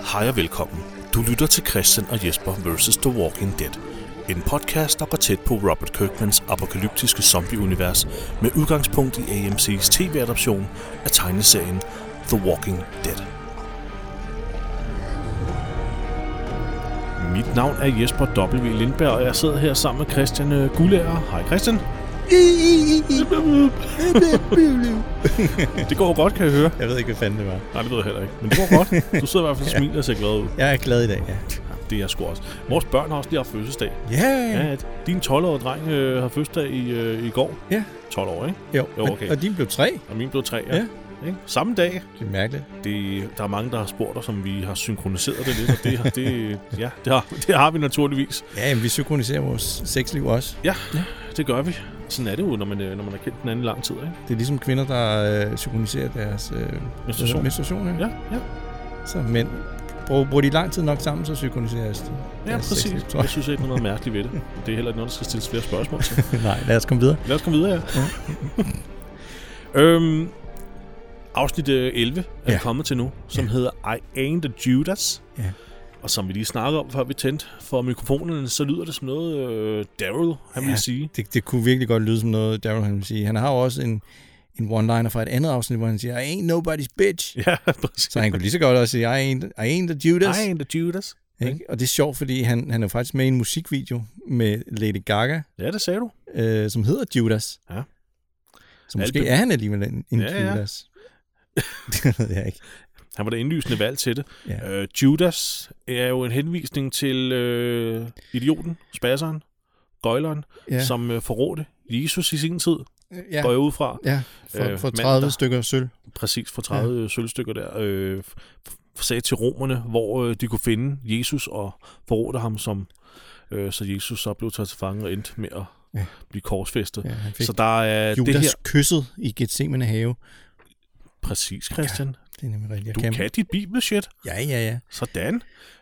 Hej og velkommen. Du lytter til Christian og Jesper vs. The Walking Dead. En podcast, der går tæt på Robert Kirkmans apokalyptiske zombie-univers med udgangspunkt i AMC's tv-adaption af tegneserien The Walking Dead. Mit navn er Jesper W. Lindberg, og jeg sidder her sammen med Christian Guldager. Hej Christian. Det går godt, kan jeg høre. Jeg ved ikke, hvad fanden det var. Nej, det ved jeg heller ikke. Men det går godt. Du sidder i hvert fald og smiler og ser glad ud. Jeg er glad i dag, ja. Det er jeg sgu også. Vores børn har også lige haft fødselsdag. Ja. Din 12-årige dreng har fødselsdag i går. Ja. 12 år, ikke? Jo, okay. Og din blev 3. Og min blev 3, ja. Ikke? Samme dag. Det er mærkeligt. Der er mange, der har spurgt os, om vi har synkroniseret det lidt, og det har vi naturligvis. Ja, men vi synkroniserer vores sexliv også. Ja, det gør vi. Sådan er det jo, når man har kendt den anden lang tid, ikke? Det er ligesom kvinder, der synkroniserer deres menstruation. Ja. Så mænd bruger de lang tid nok sammen, så synkroniseres det. Ja, præcis. Sexliv, jeg synes ikke, der er noget mærkeligt ved det. Det er heller ikke noget, der skal stilles flere spørgsmål til. Nej, lad os komme videre. Ja. Afsnit 11 er kommet til nu, som hedder I Ain't a Judas. Ja. Og som vi lige snakkede om, før vi tændte for mikrofonerne, så lyder det som noget Daryl, han vil sige. Det kunne virkelig godt lyde som noget Daryl, han vil sige. Han har jo også en one-liner fra et andet afsnit, hvor han siger, I ain't nobody's bitch. Ja, præcis. Så han kunne lige så godt også sige, I ain't a Judas. I ain't a Judas. Ikke? Og det er sjovt, fordi han er faktisk med i en musikvideo med Lady Gaga. Ja, det sagde du. Som hedder Judas. Ja. Så måske er han alligevel en Judas. Det ved jeg ikke. Han var da indlysende valg til det. Ja. Judas er jo en henvisning til idioten, spasseren, gøjleren, som forrådte Jesus i sin tid. Ja. Går jeg ud fra. Ja, for 30 stykker sølv. Præcis, for 30 sølvstykker der. Sagde til romerne, hvor de kunne finde Jesus og forrådte ham, så Jesus så blev taget til fange og endte med at blive korsfæstet. Ja, så der er Judas det her kysset i Getsemane have. Præcis, Christian. Ja, det er nemlig rigtigt. Du kan dit bibelshit. Ja. Sådan.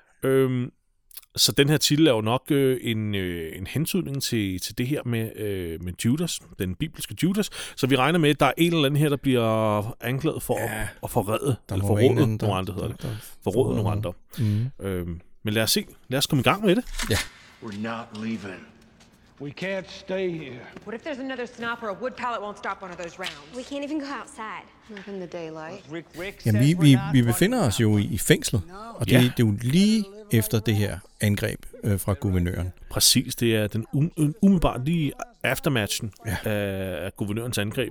Så den her titel er jo nok en hentydning til det her med Judas, den bibelske Judas. Så vi regner med, at der er en eller anden her, der bliver anklaget for at forråde nogle andre, hedder det. Forråde nogle andre. Men lad os komme i gang med det. Ja. We're not leaving. We can't stay here. What if there's another sniper? A wood pallet won't stop one of those rounds. We can't even go outside. Not in the daylight. Jamen, vi befinder os jo i fængslet, og det er jo lige efter det her angreb fra guvernøren. Præcis, det er den umiddelbart lige aftermatchen af guvernørens angreb.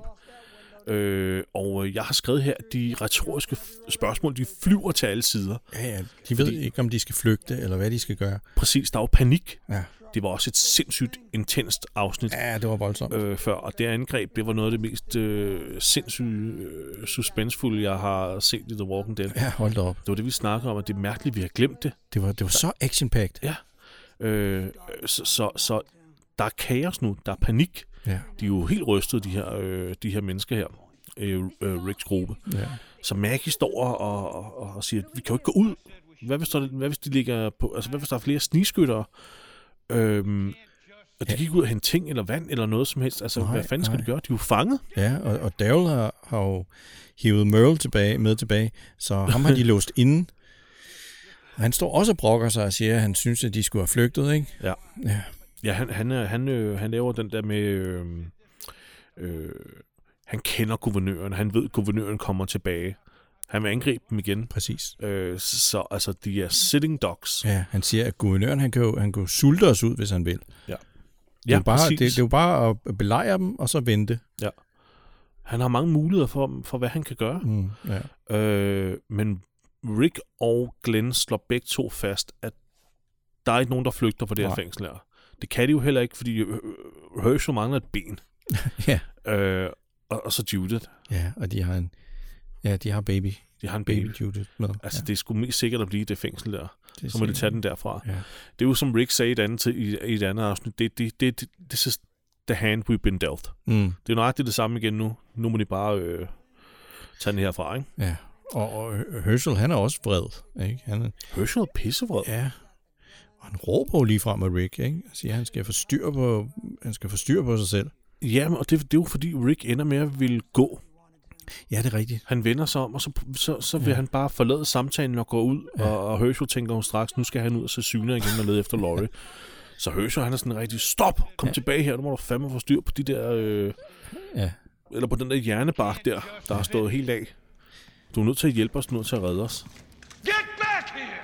Og jeg har skrevet her, at de retoriske spørgsmål, de flyver til alle sider. Ja, de ved ikke, om de skal flygte, eller hvad de skal gøre. Præcis, der er jo panik. Ja. Det var også et sindssygt intenst afsnit. Ja, det var voldsomt. Før, og det angreb, det var noget af det mest sindssygt suspensfulde, jeg har set i The Walking Dead. Ja, hold da op. Det var det, vi snakkede om, at det er mærkeligt, vi har glemt det. Det var så action-packed. Ja. Så der er kaos nu, der er panik. Ja. De er jo helt rystede, de her mennesker her. Ricks gruppe. Ja. Så Maggie står og siger, vi kan jo ikke gå ud. Hvad hvis de ligger på, altså hvad hvis der er flere snigskyttere? Og de gik ud og hente ting eller vand eller noget som helst. Altså, hvad fanden skal de gøre? De er jo fanget. Ja, og Daryl har jo hivet Merle tilbage, så ham har de låst inde. Og han står også og brokker sig og siger, at han synes, at de skulle have flygtet, ikke? Ja, han laver den der med... han kender guvernøren. Han ved, at guvernøren kommer tilbage. Han vil angribe dem igen. Præcis. Så altså, de er sitting ducks. Ja, han siger, at guvernøren, han kan sulte os ud, hvis han vil. Ja. Det er jo bare at belejre dem, og så vente. Ja. Han har mange muligheder for hvad han kan gøre. Men Rick og Glenn slår begge to fast, at der er ikke nogen, der flygter fra det her fængsel her. Det kan de jo heller ikke, fordi Herschel mangler et ben. Ja. Og så Judith. Ja, og de har de har baby. De har en baby. Judith med. Altså, det er sgu mest sikkert at blive det fængsel der. Så må de tage den derfra. Ja. Det er jo som Rick sagde i et andet afsnit. Det er the hand we've been dealt. Det er nøjagtigt det samme igen nu. Nu må de bare tage den herfra, ikke? Ja. Og Herschel, han er også vred, ikke? Herschel er pissevred. Ja. Og han råber jo lige frem med Rick, ikke? Han siger, han skal få styr på sig selv. Jamen, og det er jo fordi Rick ender med at ville gå. Ja, det er rigtigt. Han vender sig om, og så vil han bare forlade samtalen og gå ud, og Herschel tænker hun straks, nu skal han ud og se syner igen og lede efter Laurie. Så Herschel, han er sådan rigtig, stop, kom tilbage her, nu må du fandme få styr på de der, eller på den der hjernebark der har stået helt af. Du er nødt til at hjælpe os, du er nødt til at redde os. Get back here!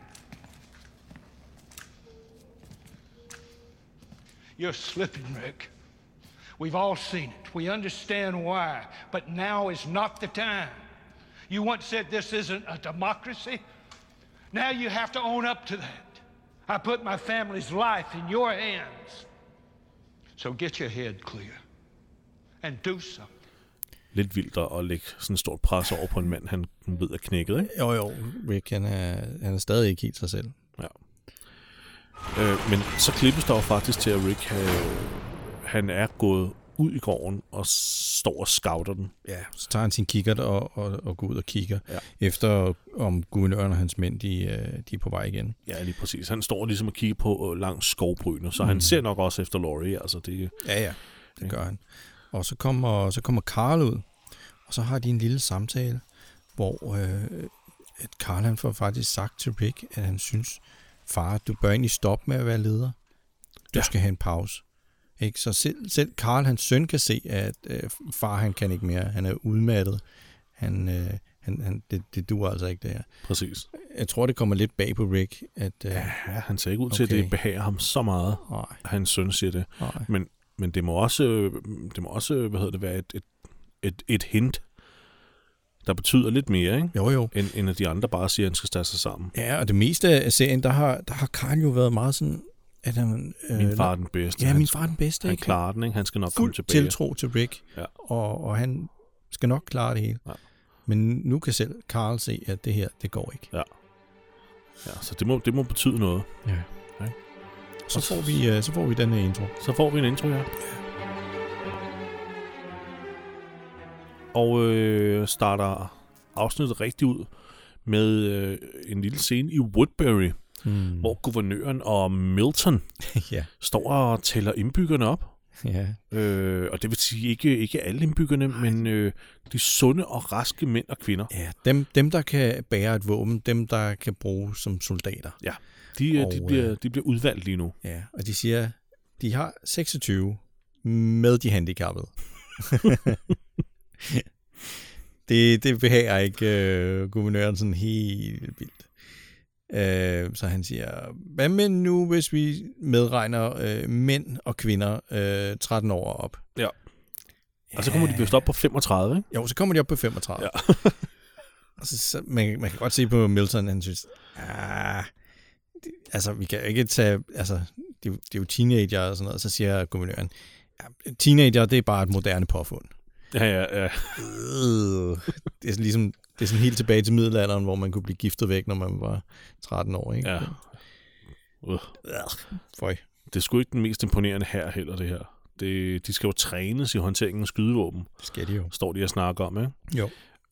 You're slipping, Rick. We've all seen it. We understand why. But now is not the time. You once said this isn't a democracy. Now you have to own up to that. I put my family's life in your hands. So get your head clear. And do something. Lidt vildt at lægge sådan et stort pres over på en mand, han ved er knækket, ikke? Jo, Rick, han er stadig ikke helt sig selv. Ja. Men så klippes der jo faktisk til, at Rick han er gået ud i gården og står og scouter den. Ja, så tager han sin kikkert og går ud og kigger efter, om guvernøren og hans mænd, de er på vej igen. Ja, lige præcis. Han står ligesom og kigger på langs skovbrynet, så han ser nok også efter Laurie. Altså det, ja, det gør han. Og så kommer Carl ud, og så har de en lille samtale, hvor at Carl han får faktisk sagt til Rick, at han synes, far, du bør egentlig stoppe med at være leder. Du skal have en pause. Ikke? Så selv Carl, hans søn, kan se, at far, han kan ikke mere. Han er udmattet. Det duer altså ikke, det her. Præcis. Jeg tror, det kommer lidt bag på Rick. At, han ser ikke ud til, at det behager ham så meget, at hans søn siger det. Men det må også, være et hint, der betyder lidt mere, ikke? Jo. End at de andre bare siger, at han skal starte sig sammen. Ja, og det meste af serien, der har Carl jo været meget sådan, at han... min far er den bedste. Ja, min far er den bedste, han ikke? klarer den, ikke? Han skal nok komme tilbage. Fuld tiltro til Rick, og han skal nok klare det hele. Ja. Men nu kan selv Carl se, at det her, det går ikke. Ja, så det må betyde noget. Ja. Okay. Så får vi den her intro. Så får vi en intro, ja. Og starter afsnittet rigtig ud med en lille scene i Woodbury, hvor guvernøren og Milton står og tæller indbyggerne op. Ja. Og det vil sige ikke alle indbyggerne, men de sunde og raske mænd og kvinder. Ja, dem der kan bære et våben, dem der kan bruge som soldater. Ja, de bliver udvalgt lige nu. Ja, og de siger, de har 26 med de handicappede. det behager ikke guvernøren sådan helt vildt. Så han siger, hvad med nu, hvis vi medregner mænd og kvinder 13 år op? Ja. Og så kommer de vist op på 35, ikke? Jo, så kommer de op på 35. Ja. Og så man kan godt se på Milton, han synes, altså vi kan ikke tage, altså det er jo teenager og sådan noget, så siger guvernøren, teenager, det er bare et moderne påfund. Ja. Det er ligesom, det er sådan helt tilbage til middelalderen, hvor man kunne blive giftet væk, når man var 13 år, ikke? Ja. Føj. Det er sgu ikke den mest imponerende her heller, det her. De skal jo trænes i håndteringen af skydevåben. Det skal de jo. Står de og snakker om, ikke? Jo.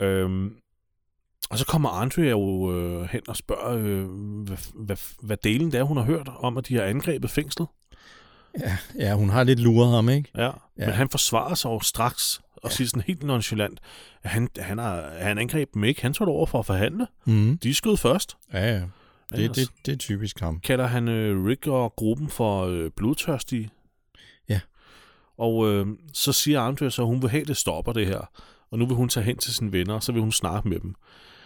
Og så kommer Andrea jo hen og spørger, hvad delen det er, hun har hørt om, at de har angrebet fængslet. Ja, hun har lidt luret ham, ikke? Ja, men han forsvarer sig jo straks og siger sådan helt nonchalant, at han angreb dem ikke. Han tog det over for at forhandle. De skød først. Ja. Det er typisk ham. Kalder han Rick og gruppen for blodtørstige. Ja. Og så siger Andrea så, at hun vil have, det stopper det her. Og nu vil hun tage hen til sine venner, og så vil hun snakke med dem.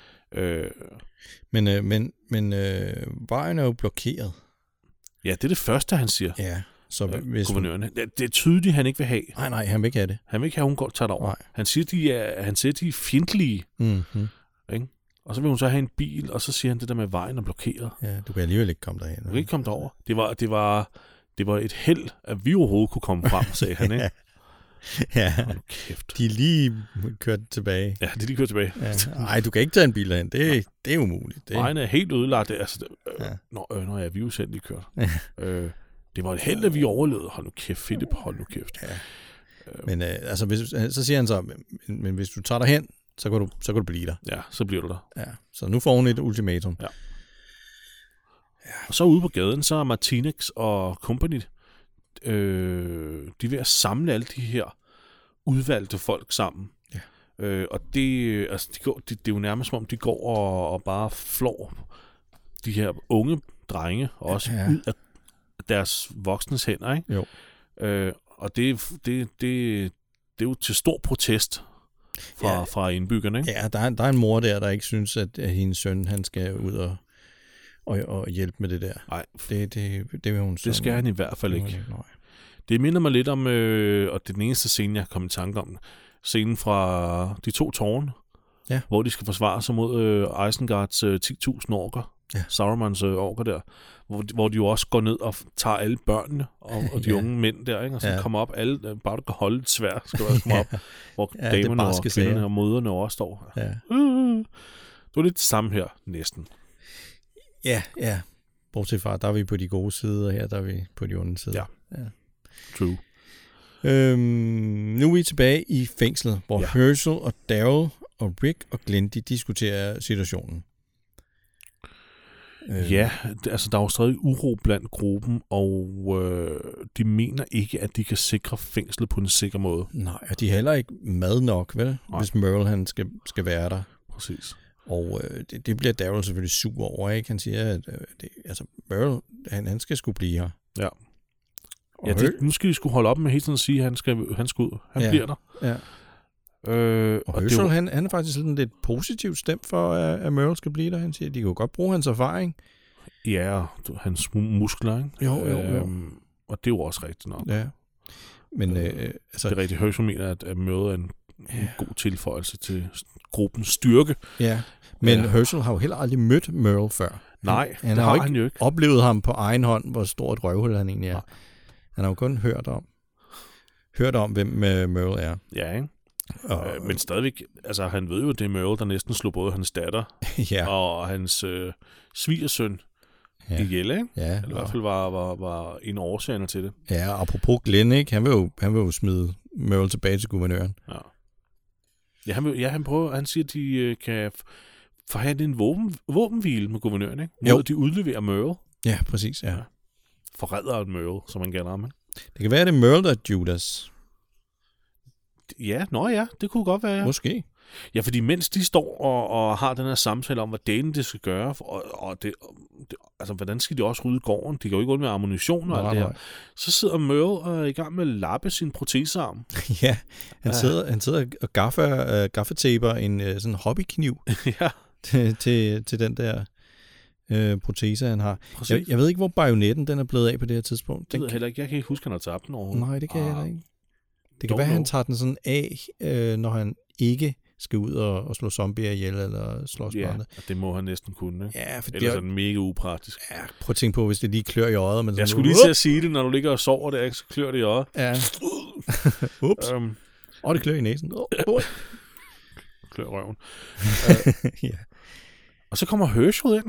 Men vejen er jo blokeret. Ja, det er det første, han siger. Ja. Så hvis guvernøren. Det er tydeligt, han ikke vil have. Nej, han vil ikke have det. Han vil ikke have, hun tager det over. Nej. Han siger, de er fjendtlige. Mm-hmm. Ikke? Og så vil hun så have en bil, og så siger han det der med, vejen er blokeret. Ja, du kan alligevel ikke komme derhen. Du kan ikke komme derover. Det var et held, at vi overhovedet kunne komme frem, sagde han, ikke? Ja, de er lige kørt tilbage. Ja, de er lige kørt tilbage. Nej, du kan ikke tage en bil derhen. Det er umuligt. Vejen er helt ødelagt. Når vi jo selv lige kørt. Det var et held, at vi overlevede. Hold nu kæft, Philip, hold nu kæft. Ja. Men så siger han så, men hvis du tager dig hen, så kan du blive der. Ja, så bliver du der. Ja, så nu får hun et ultimatum. Ja. Og så ude på gaden, så er Martinez og company, de er ved at samle alle de her udvalgte folk sammen. Og det, altså, det er jo nærmest som om, de går og bare flår de her unge drenge, også ud af deres voksnes hænder, ikke? Jo. Og det er jo til stor protest fra indbyggerne, ikke? Ja, der er en mor der ikke synes, at hendes søn, han skal ud og hjælpe med det der. Nej. Det vil hun så. Det skal han i hvert fald ikke. Nej. Det minder mig lidt om, og det er den eneste scene, jeg kom i tanke om, scenen fra De to tårne, hvor de skal forsvare sig mod Isengards 10.000 orker, Sarumans orker der, hvor de jo også går ned og tager alle børnene og de unge mænd der, ikke? Og så kommer op alle, bare du kan holde et sværd, skal du også komme op, hvor damerne og kvinderne og møderne også står. Ja. Det var lidt det samme her, næsten. Ja. Bortset fra, der er vi på de gode sider, og her der er vi på de onde sider. Ja. True. Nu er vi tilbage i fængslet, hvor Herschel og Daryl og Rick og Glenn, de diskuterer situationen. Ja, altså der er jo stadig uro blandt gruppen, og de mener ikke, at de kan sikre fængslet på en sikker måde. Nej, og de har heller ikke mad nok, vel? Nej. Hvis Merle han skal være der. Præcis. Og det bliver Daryl selvfølgelig sur over, ikke? Han siger, at Merle, han skal sgu blive her. Ja. Nu skal de sgu holde op med hele tiden at sige, at han skal ud. Han bliver der. Ja. Og Herschel, han er faktisk lidt positivt stemt for, at Merle skal blive der. Han siger, at de kan godt bruge hans erfaring. Ja, hans muskler, ikke? Jo. Og det er jo også rigtigt nok. Ja. Men, det er rigtigt. Herschel mener, at Merle er en god tilføjelse til gruppens styrke. Ja, men Herschel har jo heller aldrig mødt Merle før. Nej, han har han jo ikke oplevet ham på egen hånd, hvor stort et røvhul han egentlig er. Nej. Han har jo kun hørt om, hvem Merle er. Ja, ikke? Men stadigvæk, altså han ved jo, at det er Merle, der næsten slog både hans datter og hans svigersøn ihjel, ikke? Ja. Eller i hvert fald var en årsager til det. Ja, apropos Glenn, ikke? Han vil jo smide Merle tilbage til guvernøren. Ja, han siger, at de kan forhandle en våbenhvile med guvernøren, ikke? Mod de udleverer Merle. Ja, præcis, ja. Forræder Merle, som man kalder ham. Det kan være, at det er Merle, der er Judas. Ja, det kunne godt være. Måske. Ja, fordi mens de står og har den her samtale om, hvad det skal gøre, og altså, hvordan skal de også rydde gården? De kan jo ikke gå med ammunition og alt det her. Så sidder Merle i gang med at lappe sin protesearm. Ja, han sidder og gaffetaper en sådan hobbykniv til den der protese, han har. Jeg ved ikke, hvor bajonetten den er blevet af på det her tidspunkt. Det ved jeg heller ikke. Jeg kan ikke huske, at han har tabt den overhovedet. Nej, det kan jeg heller ikke. Det kan være, at han tager den sådan af, når han ikke skal ud og slå zombier ihjel eller slås med andre. Ja, det må han næsten kunne. Ja, for ellers er den mega upraktisk. Ja, prøv at tænke på, hvis det lige klør i øjet. Men jeg skulle lige til at sige det, når du ligger og sover der, så klør det i øjet. Ja. Ups. Det klør i næsen. Klør røven. Ja. Og så kommer Herschel ind.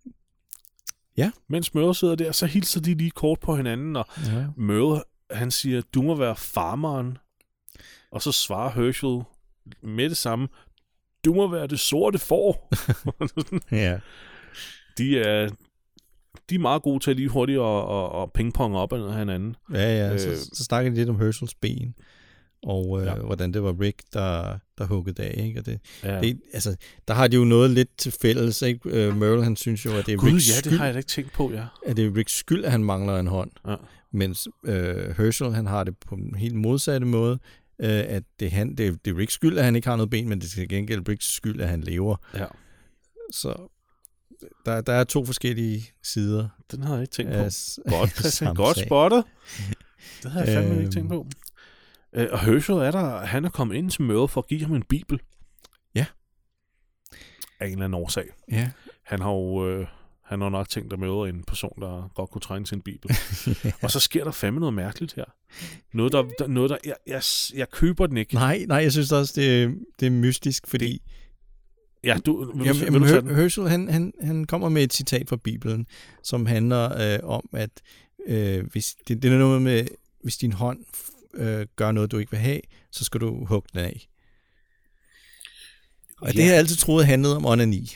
Ja. Mens Merle sidder der, så hilser de lige kort på hinanden, og Merle, han siger, du må være farmeren. Og så svarer Herschel med det samme, du må være det sorte får. Ja. De er meget gode til at lige hurtigt og pingpong op ad hinanden. Ja, så snakker de lidt om Herschels ben, og hvordan det var Rick, der huggede af, ikke? Og det, altså, der har de jo noget lidt til fælles, ikke? Merle, han synes jo, at det er Ricks skyld. Det har jeg da ikke tænkt på, at det er Ricks skyld, at han mangler en hånd. Ja. Mens Herschel, han har det på en helt modsatte måde, at det er Ricks skyld, at han ikke har noget ben, men det er til gengæld Ricks skyld, at han lever. Ja. Så der er to forskellige sider. Den havde jeg ikke tænkt på. Godt spottet. Det havde jeg fandme ikke tænkt på. Og Herschel han er kommet ind til Merle for at give ham en bibel. Ja. Af en eller anden årsag. Ja. Han har nok tænkt at møde en person, der godt kunne trænge til en bibel. Og så sker der fandme noget mærkeligt her. Noget der jeg køber den ikke. Nej, jeg synes også, det er mystisk, fordi... Ja, vil du tage den? Herschel, han kommer med et citat fra Bibelen, som handler om, at hvis det er noget med, hvis din hånd gør noget, du ikke vil have, så skal du hugge den af. Og det har jeg altid troet handlede om onani.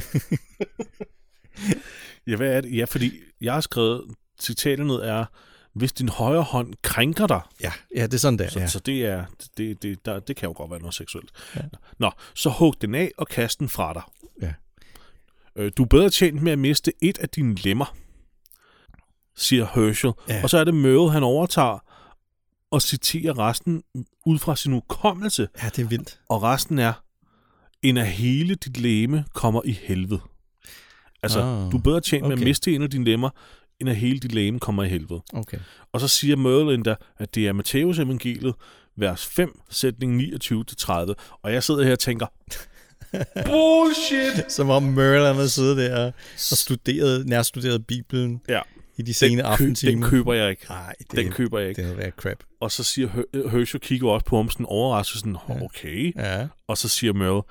Ja, hvad er det? Ja, fordi jeg har skrevet, citatet ned er, hvis din højre hånd krænker dig, Ja, det er sådan der. Ja. så det kan jo godt være noget seksuelt. Ja. Nå, så hug den af og kast den fra dig. Ja. Du er bedre tjent med at miste et af dine lemmer, siger Herschel. Ja. Og så er det Merle, han overtager og citerer resten ud fra sin hukommelse. Ja, det er vildt. Og resten er, en af hele dit legeme kommer i helvede. Altså, du er bedre tjent med at miste en af dine lemmer, end at hele dit legeme kommer i helvede. Okay. Og så siger Merle endda, at det er Matthæus evangeliet, vers 5, sætning 29-30. Og jeg sidder her og tænker, bullshit! Som om Merle havde siddet der og nærstuderet Bibelen i de sene aftentimer. Den køber jeg ikke. Nej, den køber jeg ikke. Det er crap. Og så siger Herschel, kigger også på ham sådan overrasket, sådan, okay. Ja. Og så siger Merle,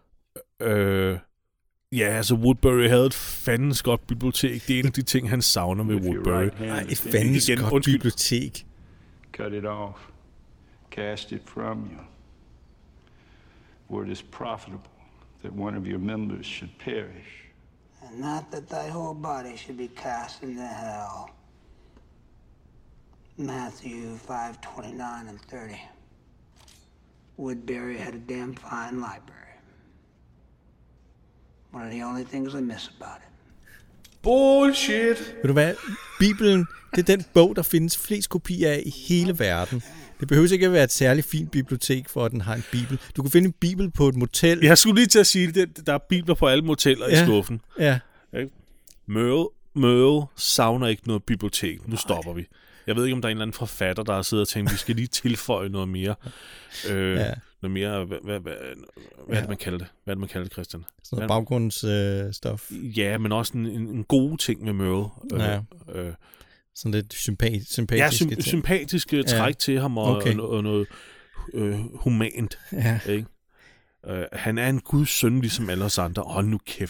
altså Woodbury havde et fandens godt bibliotek. Det er en af de ting, han savner ved Woodbury. Nej, et fandens godt bibliotek. Cut it off. Cast it from you. Word is profitable that one of your members should perish. And not that thy whole body should be cast into hell. Matthew 5:29 and 30. Woodbury had a damn fine library. One of the only things I miss about it. Bullshit! Ved du hvad? Bibelen, det er den bog, der findes flest kopier af i hele verden. Det behøver ikke at være et særligt fint bibliotek, for at den har en bibel. Du kan finde en bibel på et motel. Jeg skulle lige til at sige det. Der er bibler på alle moteller i skuffen. Ja. Merle savner ikke noget bibliotek. Nu stopper vi. Jeg ved ikke, om der er en eller anden forfatter, der har siddet og tænkt, vi skal lige tilføje noget mere. Noget mere, hvad er det, man kalder det? Hvad er det, man kalder det, Christian? Sådan noget baggrundsstof. Ja, men også en god ting med Merle. Sådan lidt sympatiske ting. Sympatiske træk til ham, og noget humant. Ja. Ikke? Han er en Guds søn, ligesom alle os andre. Hold nu kæft.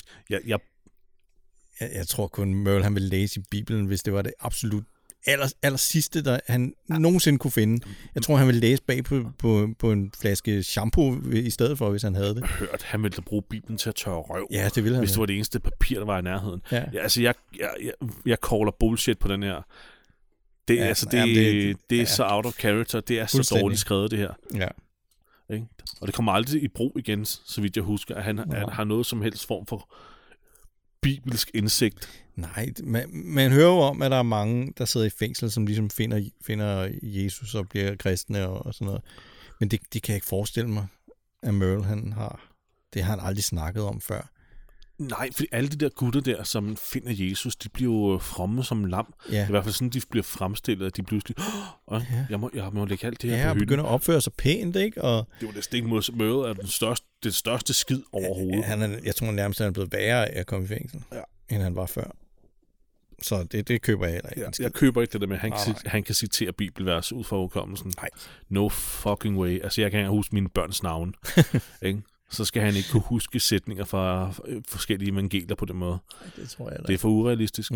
Jeg tror kun, Merle han ville læse i Bibelen, hvis det var det absolut aller sidste, der han nogensinde kunne finde. Jeg tror, han ville læse bag på en flaske shampoo i stedet for, hvis han havde det. Jeg har hørt, han ville bruge Bibelen til at tørre røv. Ja, det ville han. Hvis det var det eneste papir, der var i nærheden. Ja. Jeg caller bullshit på den her. Det er så out of character. Det er så dårligt skrevet, det her. Ja. Ikke? Og det kommer aldrig i brug igen, så vidt jeg husker, at han har noget som helst form for bibelsk indsigt. Nej, man hører jo om, at der er mange, der sidder i fængsel, som ligesom finder Jesus og bliver kristne og sådan noget. Men det kan jeg ikke forestille mig, at Merle han har. Det har han aldrig snakket om før. Nej, fordi alle de der gutter der, som finder Jesus, de bliver jo fromme som lam. Ja. I hvert fald sådan, de bliver fremstillet, at de pludselig, jeg må lægge alt det her på hylden. Ja, begynder at opføre sig pænt, ikke? Og det var det stik mod møde af det største skid overhovedet. Jeg tror nærmest, at han er blevet værre af at komme i fængsel, end han var før. Så det køber jeg heller ikke. Jeg køber ikke det der med, at han kan citere bibelvers ud fra hukommelsen. Nej. No fucking way. Altså, jeg kan ikke huske mine børns navn. Ikke? Så skal han ikke kunne huske sætninger fra forskellige evangelier på den måde. Det tror jeg da. Det er for urealistisk.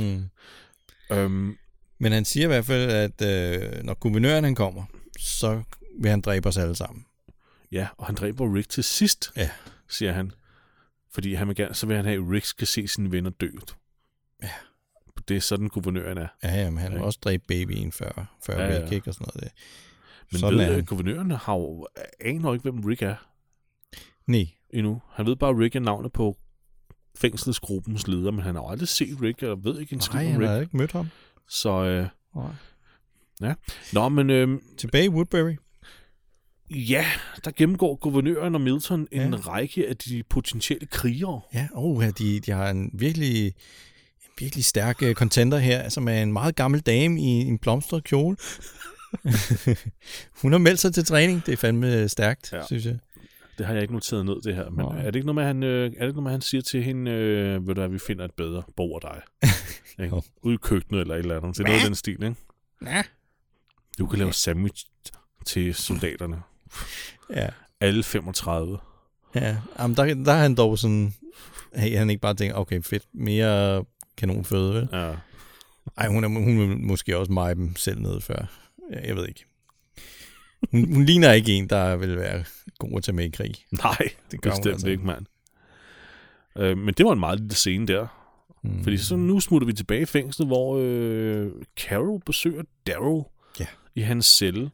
Men han siger i hvert fald, at når guvernøren han kommer, så vil han dræbe os alle sammen. Ja, og han dræber Rick til sidst, siger han. Fordi så vil han have, at Rick skal se sine venner dø. Ja. Det er sådan, guvernøren er. Ja, men han vil også dræbe babyen før Rick, ikke? Og sådan noget. Men sådan guvernøren aner ikke, hvem Rick er. Nej. Endnu. Han ved bare, at Rick er navnet på fængselsgruppens leder, men han har aldrig set Rick, og ved ikke en skid om Rick. Nej, han har ikke mødt ham. Så, ja. Nå, men tilbage i Woodbury. Ja, der gennemgår guvernøren og Milton en række af de potentielle krigere. Ja, de har en virkelig stærk contender her, som er en meget gammel dame i en blomstret kjole. Hun har meldt sig til træning. Det er fandme stærkt, synes jeg. Det har jeg ikke noteret ned, det her. Men er det ikke noget med, han siger til hende, ved du hvad, vi finder et bedre bord af dig? Ude i køkkenet eller et eller andet. Det er noget af den stil, ikke? Ja. Du kan lave sandwich til soldaterne. Ja. Alle 35. Ja, jamen der er han dog sådan, han ikke bare tænker, okay, fedt, mere kanonføde, vel? Ja. Ej, hun vil måske også meje dem selv ned før. Jeg ved ikke. Hun ligner ikke en, der vil være god at tage med i krig. Nej, det gør bestemt altså ikke, mand. Men det var en meget lille scene der. Fordi så nu smutter vi tilbage i fængslet, hvor Carol besøger Daryl i hans celle.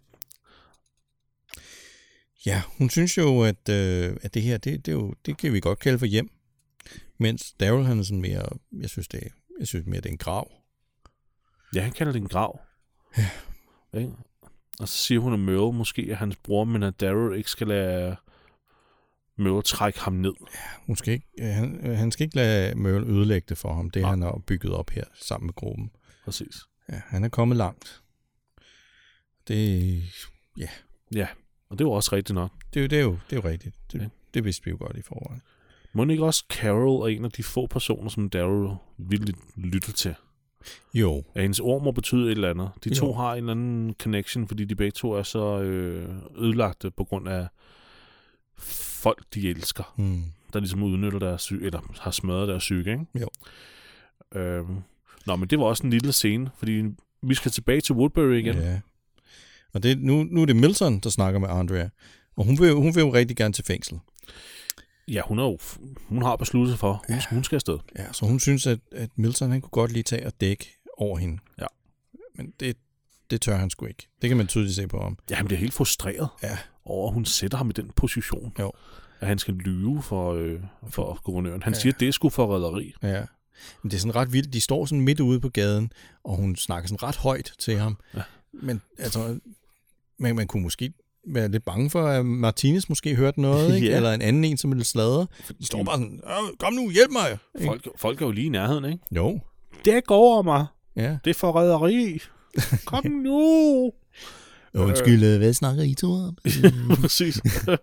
Ja, hun synes jo, at det her, det kan vi godt kalde for hjem. Mens Daryl, han er sådan mere, jeg synes mere, det er en grav. Ja, han kalder det en grav. Ja. Okay. Og så siger hun, at Merle måske er hans bror, men at Daryl ikke skal lade Merle trække ham ned. Ja, hun skal ikke, han skal ikke lade Merle ødelægge det for ham, det han har bygget op her sammen med gruppen. Præcis. Ja, han er kommet langt. Det, ja. Ja, og det er jo også rigtigt nok. Det er jo rigtigt. Det vidste vi jo godt i forvejen. Må ikke også Carol er en af de få personer, som Daryl virkelig lytter til? Jo. At hendes ord må betyde et eller andet. De to har en eller anden connection, fordi de begge to er så ødelagte på grund af folk, de elsker. Der ligesom udnytter deres syge, eller har smadret deres syge, ikke? Jo. Men det var også en lille scene, fordi vi skal tilbage til Woodbury igen. Ja. Og det, nu er det Milton, der snakker med Andrea. Og hun vil jo rigtig gerne til fængsel. Ja, hun har besluttet sig for, hun skal afsted. Ja, så hun synes, at Milton, han kunne godt lige tage og dække over hende. Ja. Men det tør han sgu ikke. Det kan man tydeligt se på ham. Ja, han bliver helt frustreret over, at hun sætter ham i den position. Jo. At han skal lyve for guvernøren. Han siger, at det er sgu forræderi. Ja. Men det er sådan ret vildt. De står sådan midt ude på gaden, og hun snakker sådan ret højt til ham. Ja. Men altså, man kunne måske være lidt bange for, at Martinez måske hørte noget, ikke? Eller en anden en, som ville sladre. De står bare sådan, kom nu, hjælp mig! Folk er jo lige i nærheden, ikke? Jo. Det går over mig. Ja. Det er forræderi. Kom nu! Undskyld, hvad snakker I to om? Præcis.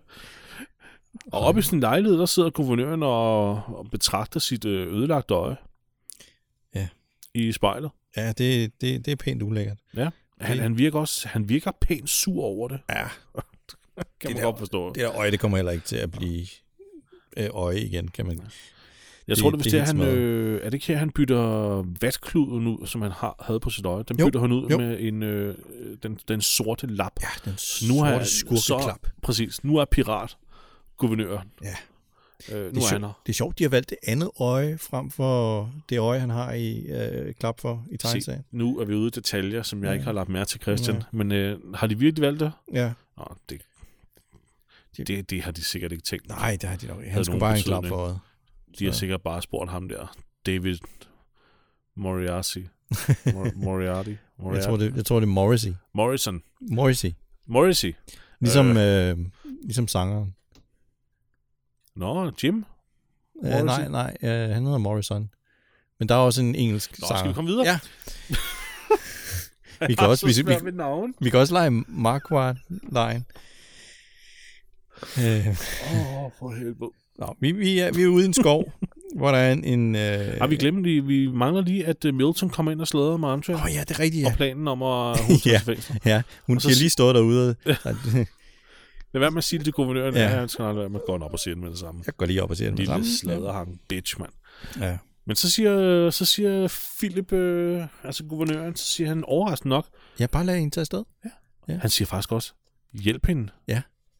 Og oppe i sin lejlighed, der sidder guvernøren og betragter sit ødelagte øje. Ja. I spejlet. Ja, det er pænt ulækkert. Ja. Han virker pænt sur over det. Ja. Kan man godt forstå. Det der øje, det kommer heller ikke til at blive øje igen, kan man. Jeg tror, det er det ikke her, han bytter vatkluden ud, som han havde på sit øje. Den bytter han ud med den sorte lap. Ja, den sorte skurkeklap. Præcis. Nu er pirat guvernøren. Ja. Det er sjovt, de har valgt det andet øje frem for det øje, han har i klap for i tegneserien. Nu er vi ude i detaljer, som jeg ikke har lagt mærke til, Christian. Ja. Men har de virkelig valgt det? Ja. Nå, det har de sikkert ikke tænkt. Nej, det har de nok ikke. Han skulle bare en klap for øjet. De har sikkert bare spurgt ham der, David Moriarty. Moriarty. Jeg tror, det er Morrissey. Ligesom sangeren. Nå, Jim? Nej, han hedder Morrison. Men der er også en engelsk sanger. Skal vi komme videre? Ja. vi kan også lege Marquardt-lejen. For helvede. Nå, vi er ude i en skov, hvor der er en... Har vi glemt lige? Vi mangler lige, at Milton kommer ind og slæder med Andrea. Ja, det er rigtigt, ja. Og planen om at hun til fængsel. Ja, hun har lige stået derude. Lad være med at sige det til guvernøren. Ja, han skal aldrig være med at gå op og sige det med det samme. Jeg går lige op og siger det med det samme. Lille sladderhang bitch, mand. Ja. Men så siger Philip, altså guvernøren, så siger han overraskende nok. Ja, bare lad hende tage afsted. Ja. Han siger faktisk også, hjælp hende. Ja.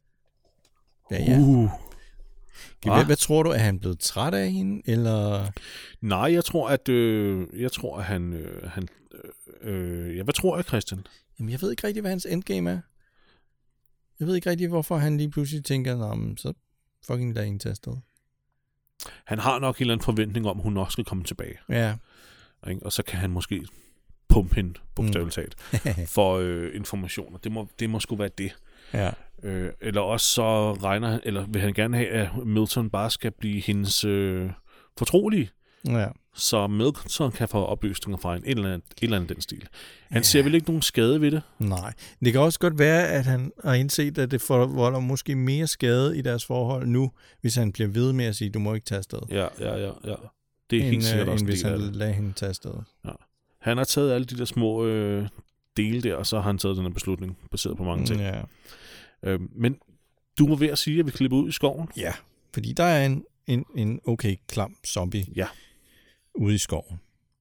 Hvad tror du, er han blevet træt af hende, eller? Nej, jeg tror, at han hvad tror jeg, Christian? Jamen, jeg ved ikke rigtig, hvad hans endgame er. Jeg ved ikke rigtig, hvorfor han lige pludselig tænker, så fucking lad hende tage afsted. Han har nok en eller anden forventning om, at hun nok skal komme tilbage. Ja. Og så kan han måske pumpe hende, bogstaveligt talt, for informationer. Det må sgu være det. Ja. Eller også så vil han gerne have, at Milton bare skal blive hendes fortrolige. Ja. Så Milton kan få oplysninger fra en eller anden den stil. Han ser vel ikke nogen skade ved det? Nej. Det kan også godt være, at han har indset, at det forvolder måske mere skade i deres forhold nu, hvis han bliver ved med at sige, du må ikke tage afsted. Ja. Det er helt sikkert også hvis han lader hende tage afsted. Ja. Han har taget alle de der små dele der, og så har han taget den her beslutning, baseret på mange ting. Ja. Men du må ved at sige, at vi klipper ud i skoven. Ja, fordi der er en okay klam zombie ude i skoven.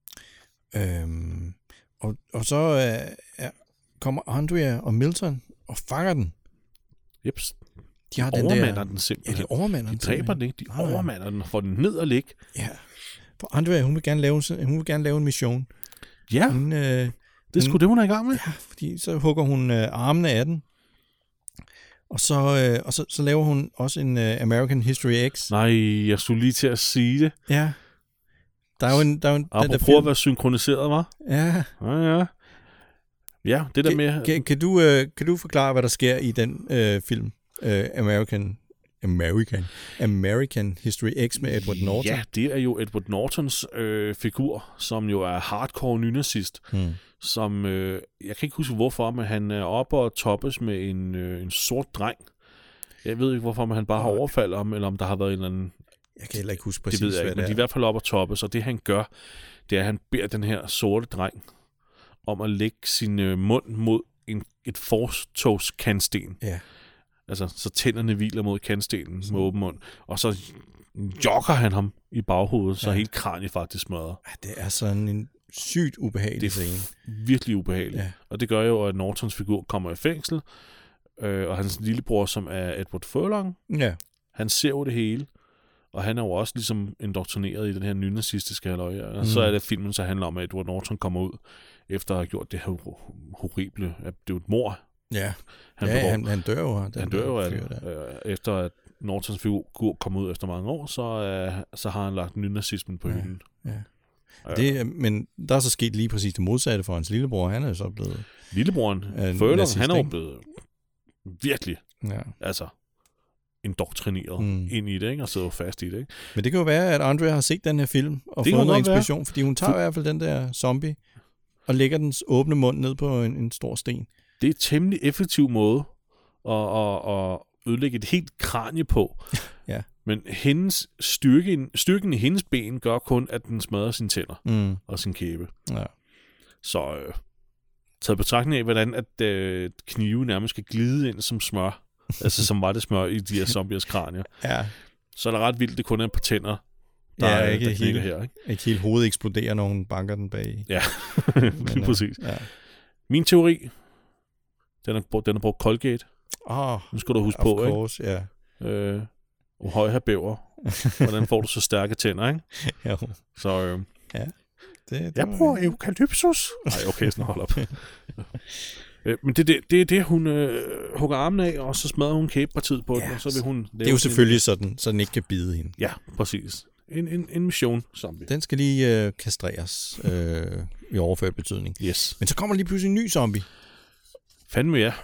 Og så kommer Andrea og Milton og fanger den. Jeps. De har overmander den simpelthen. Ja, de overmander den. De dræber den ikke. De overmander den og får den ned og ligge. Ja. For Andrea, hun vil gerne lave en mission. Ja, det skulle det, hun er i gang med. Ja, fordi så hugger hun armene af den. Og så laver hun også en American History X. Nej, jeg skulle lige til at sige det. Ja. Der er jo en Apropos at være synkroniseret, var? Ja. Ja. Ja, det der med... Kan du forklare, hvad der sker i den film? American History X med Edward Norton? Ja, det er jo Edward Nortons figur, som jo er hardcore nynazist, som, jeg kan ikke huske hvorfor, men han er oppe og toppes med en sort dreng. Jeg ved ikke hvorfor, men han bare har overfaldet ham, eller om der har været en eller anden... Jeg kan heller ikke huske præcis, det ved jeg ikke, men de er i hvert fald oppe og toppes, og det han gør, det er, at han beder den her sorte dreng om at lægge sin mund mod et fortovskantsten. Ja. Altså, så tænderne hviler mod kantstenen med åben mund. Og så jogger han ham i baghovedet, så helt kraniet faktisk smadrer. Ja, det er sådan en sygt ubehagelig scene. Det er virkelig ubehageligt. Ja. Og det gør jo, at Nortons figur kommer i fængsel, og hans lillebror, som er Edward Furlong, han ser jo det hele. Og han er jo også ligesom indoktrineret i den her nynazistiske halløj. Og så er det filmen, så handler om, at Edward Norton kommer ud, efter at have gjort det her horrible, at det er jo et mord. Ja, han dør jo. Han dør jo af det. Efter at Nortons figur kommer ud efter mange år, så har han lagt nynazismen på hylden. Ja. Men der er så sket lige præcis det modsatte for hans lillebror. Han er jo så blevet... Lillebroren, Furlong, han er jo blevet virkelig, altså indoktrineret ind i det, ikke? Og sidder fast i det, ikke? Men det kan jo være, at Andrea har set den her film og fået noget inspiration, fordi hun tager i hvert fald den der zombie og lægger dens åbne mund ned på en stor sten. Det er en temmelig effektiv måde at ødelægge et helt kranie på. Ja. Men hendes styrken i hendes ben gør kun, at den smadrer sine tænder og sin kæbe. Ja. Så taget betragtning af, hvordan at knive nærmest skal glide ind som smør, altså som var det smør i de her zombiers kranier. Ja. Så er det ret vildt, det kun er et par tænder, der knækker her. Ikke helt hovedet eksploderer, når hun banker den bag. Ja, lige præcis. Ja. Min teori, den er brugt Colgate. Nu skal du huske på, course, ikke? Ja. Høj her bæver. Hvordan får du så stærke tænder, ikke? Jo. Så ja. Jeg bruger eukalypsus. Nej, okay, sådan hold op. Men det er det, hun hugger armen af, og så smadrer hun kæbepartiet på den, og så vil hun... Det er jo selvfølgelig sådan, så den ikke kan bide hende. Ja, præcis. En mission zombie. Den skal lige kastreres i overført betydning. Yes. Men så kommer lige pludselig en ny zombie. Fandme ja.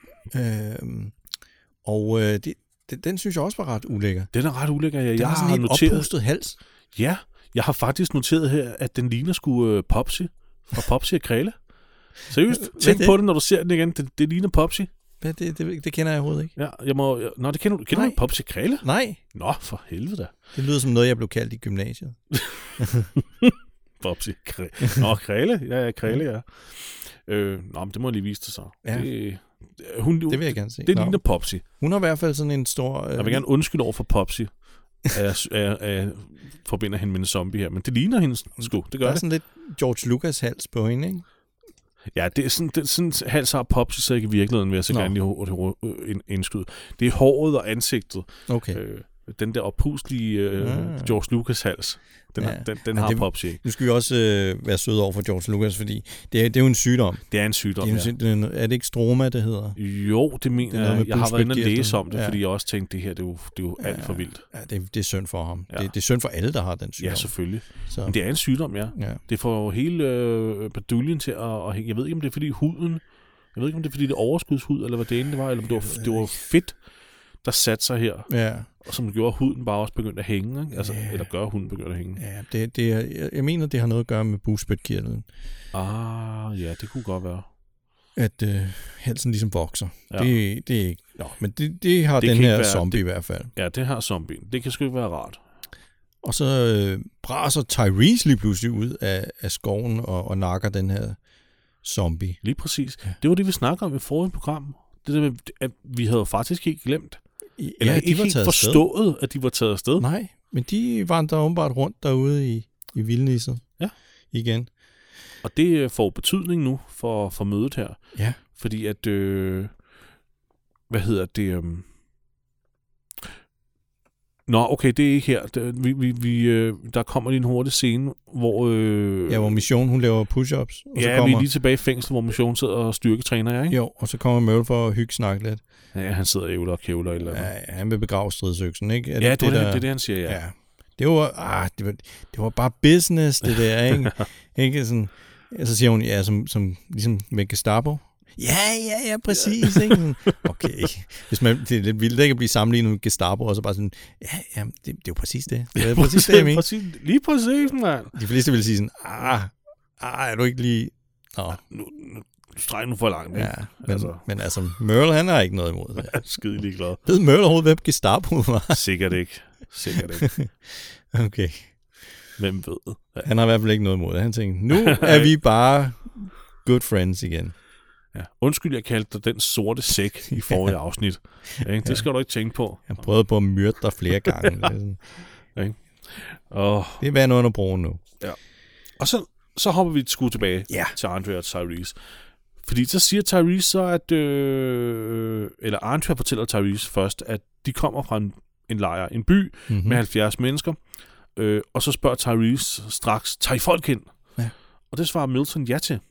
Og den synes jeg også var ret ulækker. Den er ret ulækker, ja. Den har sådan en oppustet hals. Ja, jeg har faktisk noteret her, at den ligner sgu Popsy fra Popsy og Kræle. Seriøst, tænk på det, når du ser den igen. Det ligner Popsy. Det kender jeg overhovedet ikke. Ja, det kender du. Kender du Popsy og Kræle? Nej. Nå, for helvede. Det lyder som noget, jeg blev kaldt i gymnasiet. Popsy. Nå, Kræle. Ja, Kræle, ja. Men det må jeg lige vise dig så. Ja. Det vil jeg gerne se. Det ligner Popsy. Hun har i hvert fald sådan en stor... Jeg vil gerne undskylde over for Popsy, at jeg forbinder hende med en zombie her, men det ligner hende sgu. Det gør der er sådan lidt George Lucas hals på hende, ikke? Ja, det er sådan hals har Popsy, så ikke i virkeligheden vil jeg så gerne lige indskyde. Det er håret og ansigtet. Okay. Den der oppuslige George Lucas hals. Den har Popsy ikke. Nu skal vi også være søde over for George Lucas, fordi det er jo en sygdom. Det er en sygdom, Er det ikke stroma, det hedder? Jo, det mener jeg. Jeg har været inde og læse om det, fordi jeg også tænkte, det her det er jo alt for vildt. Ja, det er synd for ham. Ja. Det er synd for alle, der har den sygdom. Ja, selvfølgelig. Så. Men det er en sygdom, ja. Det får jo hele baduljen til at... Jeg ved ikke, om det er fordi huden... Jeg ved ikke, om det er fordi det er overskudshud, eller hvad det var, eller om det var fedt, der satte sig her. Ja. Og som gjorde, at huden bare også begyndte at hænge, ikke? Altså, eller gør huden begyndte at hænge. Ja, jeg mener, det har noget at gøre med bugspytkirtlen. Ja, det kunne godt være. At halsen ligesom vokser. Ja. Det er ikke... Nå, men det har den her zombie i hvert fald. Ja, det har zombien. Det kan sgu ikke være rart. Og så braser Tyrese lige pludselig ud af skoven og nakker den her zombie. Lige præcis. Ja. Det var det, vi snakkede om i forrige program. Det der med, at vi havde faktisk ikke glemt. Eller ikke helt forstået, at de var taget afsted. Nej, men de vandrer åbenbart rundt derude i vildnisset. Ja. Igen. Og det får betydning nu for mødet her. Ja. Fordi at, Nå, okay, det er ikke her. Der kommer lige en hurtig scene, hvor... hvor Mission, hun laver push-ups. Og så vi er lige tilbage i fængsel, hvor Mission sidder og styrketræner, ja, ikke? Jo, og så kommer Merle for at hygge snakke lidt. Ja, han sidder og ævler og kævler eller andet. Ja, han vil begrave stridsøksen, ikke? Det er det, han siger, ja. Det var bare business, det der, ikke? Ikke sådan... Så siger hun, ja, som ligesom med Gestapo. Ja, præcis, ikke? Okay. Hvis man, det er lidt vildt ikke at blive sammenlignet med Gestapo, og så bare sådan, ja, det er jo præcis det. Det er præcis det, jeg mener. Lige præcis, mand. De fleste vil sige sådan, er du ikke lige... Nå. Nu streg nu for langt, ikke? Ja, men altså, Merle, han har ikke noget imod det. Jeg er skide ligeglad. Ved Merle overhovedet, hvem Gestapo var? Sikkert ikke. Okay. Hvem ved? Ja. Han har i hvert fald ikke noget imod det. Han tænkte, nu er vi bare good friends igen. Ja. Undskyld, jeg kaldte dig den sorte sæk i forrige afsnit. Ja, det skal du ikke tænke på. Jeg prøvede på at myrde dig flere gange. Det er, sådan. Ja. Det er noget under broen nu. Ja. Og så hopper vi et skud tilbage til Andrea og Tyrese. Fordi så siger Tyrese så, at... eller Andrea fortæller Tyrese først, at de kommer fra en lejr, en by med 70 mennesker. Og så spørger Tyrese straks, tager I folk ind? Ja. Og det svarer Milton ja til.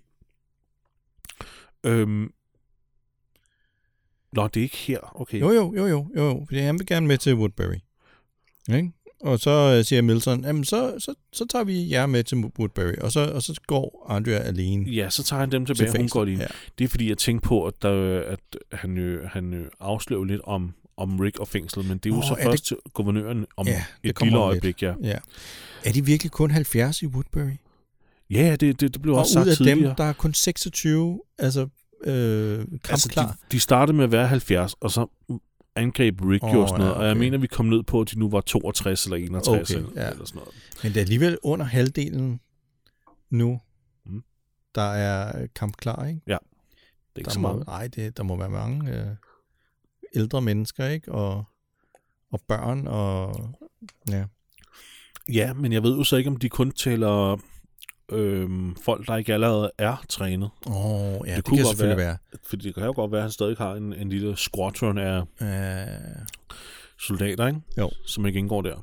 Nå, det er ikke her. Okay. Jo. Fordi han vil gerne med til Woodbury. Ikke? Og så siger Milton, jamen så tager vi jer med til Woodbury. Og så går Andrea alene. Ja, så tager han dem tilbage, hun går lige. Ja. Det er fordi, jeg tænkte på, at han afslører lidt om Rick og fængslet, men det er jo så først til guvernøren om et lille øjeblik, ja. Er de virkelig kun 70 i Woodbury? Ja, det blev også sagt tidligere. Og ud af dem, der er kun 26, kampklar. De startede med at være 70, og så angreb Rick jo sådan noget, og jeg mener, vi kom ned på, at de nu var 62 eller 61 eller sådan noget. Men det er alligevel under halvdelen nu, der er kampklar, ikke? Ja, det er ikke så meget. Nej, der må være mange ældre mennesker, ikke? Og børn, og ja. Ja, men jeg ved jo så ikke, om de kun tæller folk, der ikke allerede er trænet. Det kan selvfølgelig være. Fordi det kan jo godt være, at han stadig har en lille squadron af soldater, ikke? Jo. Som ikke indgår der.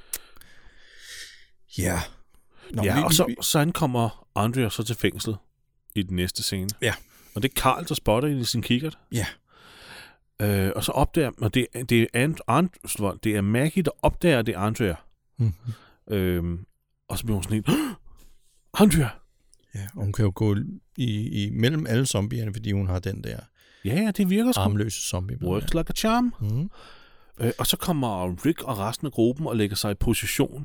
Ja. Nå, og så ankommer Andrea så til fængslet i den næste scene. Ja. Og det er Carl, der spotter i sin kikkert. Ja. Og så opdager, og det er Maggie, der opdager, det er Andrea. Og så bliver hun sådan helt, Andrea! Ja, og hun kan jo gå i mellem alle zombierne, fordi hun har den der det virker sgu. Armløse zombie. Works like a charm. Og så kommer Rick og resten af gruppen og lægger sig i position.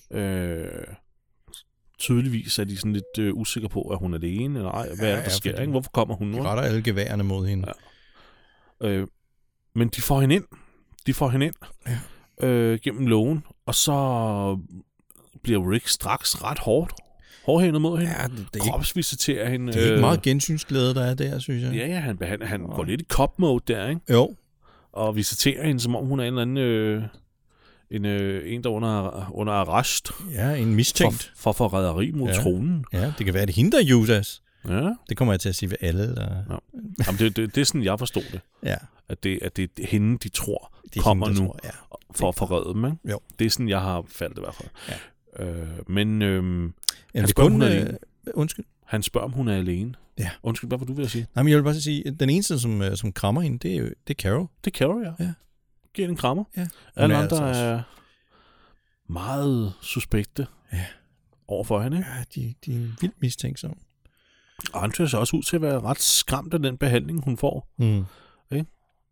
Tydeligvis er de sådan lidt usikre på, at hun er alene, eller ej. Hvad er det, der sker? Ikke? Hvorfor kommer hun nu? De retter alle geværerne mod hende. Ja. Men de får hende ind. Gennem lågen, og så bliver Rick straks ret hårdhændet mod hende. Ja, det kropsvisiterer hende. Det er ikke meget gensynsglæde, der er der, synes jeg. Ja, han går lidt i cop-mode der, ikke? Jo. Og visiterer hende, som om hun er en eller anden... en der under arrest. Ja, en mistænkt. For forræderi mod tronen. Ja, det kan være, det hende, der Judas. Ja. Det kommer jeg til at sige ved alle, der... Ja. Jamen, det er sådan, jeg forstod det. Ja. At det er hende, de tror, kommer hende, nu for at forræde dem, ikke? Jo. Det er sådan, jeg har faldet i hvert fald. Ja. Han spørger, om hun er alene. Undskyld. Han spørger, om hun er alene. Ja. Undskyld, hvad var du ved at sige? Nej, men jeg vil bare sige, at den eneste, som krammer hende, det er Carol. Det er Carol, ja. Giver en krammer. Ja. Alle andre er meget suspekte overfor hende, ikke? Ja, de er vildt mistænksomme. Andrea ser også ud til at være ret skræmt af den behandling, hun får. Okay?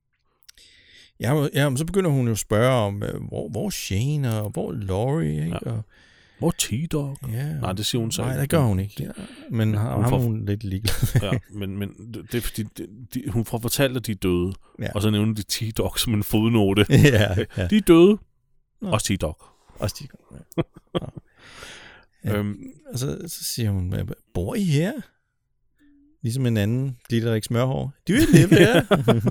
Ja, så begynder hun jo at spørge om, hvor Shane og hvor Laurie, ikke? Ja. Hvor T-Dog? Ja. Nej, det siger hun så. Nej, det gør hun ikke. Ja. Men hun lidt ligeglad. Ja, men det er fordi, hun får fortalt, at de er døde. Ja. Og så nævner de T-Dog som en fodnote. Ja. De er døde. Også T-Dog. Også T-Dog, ja. Og så siger hun, bor I her? Ligesom en anden Glitterik Smørhår. Du er live her.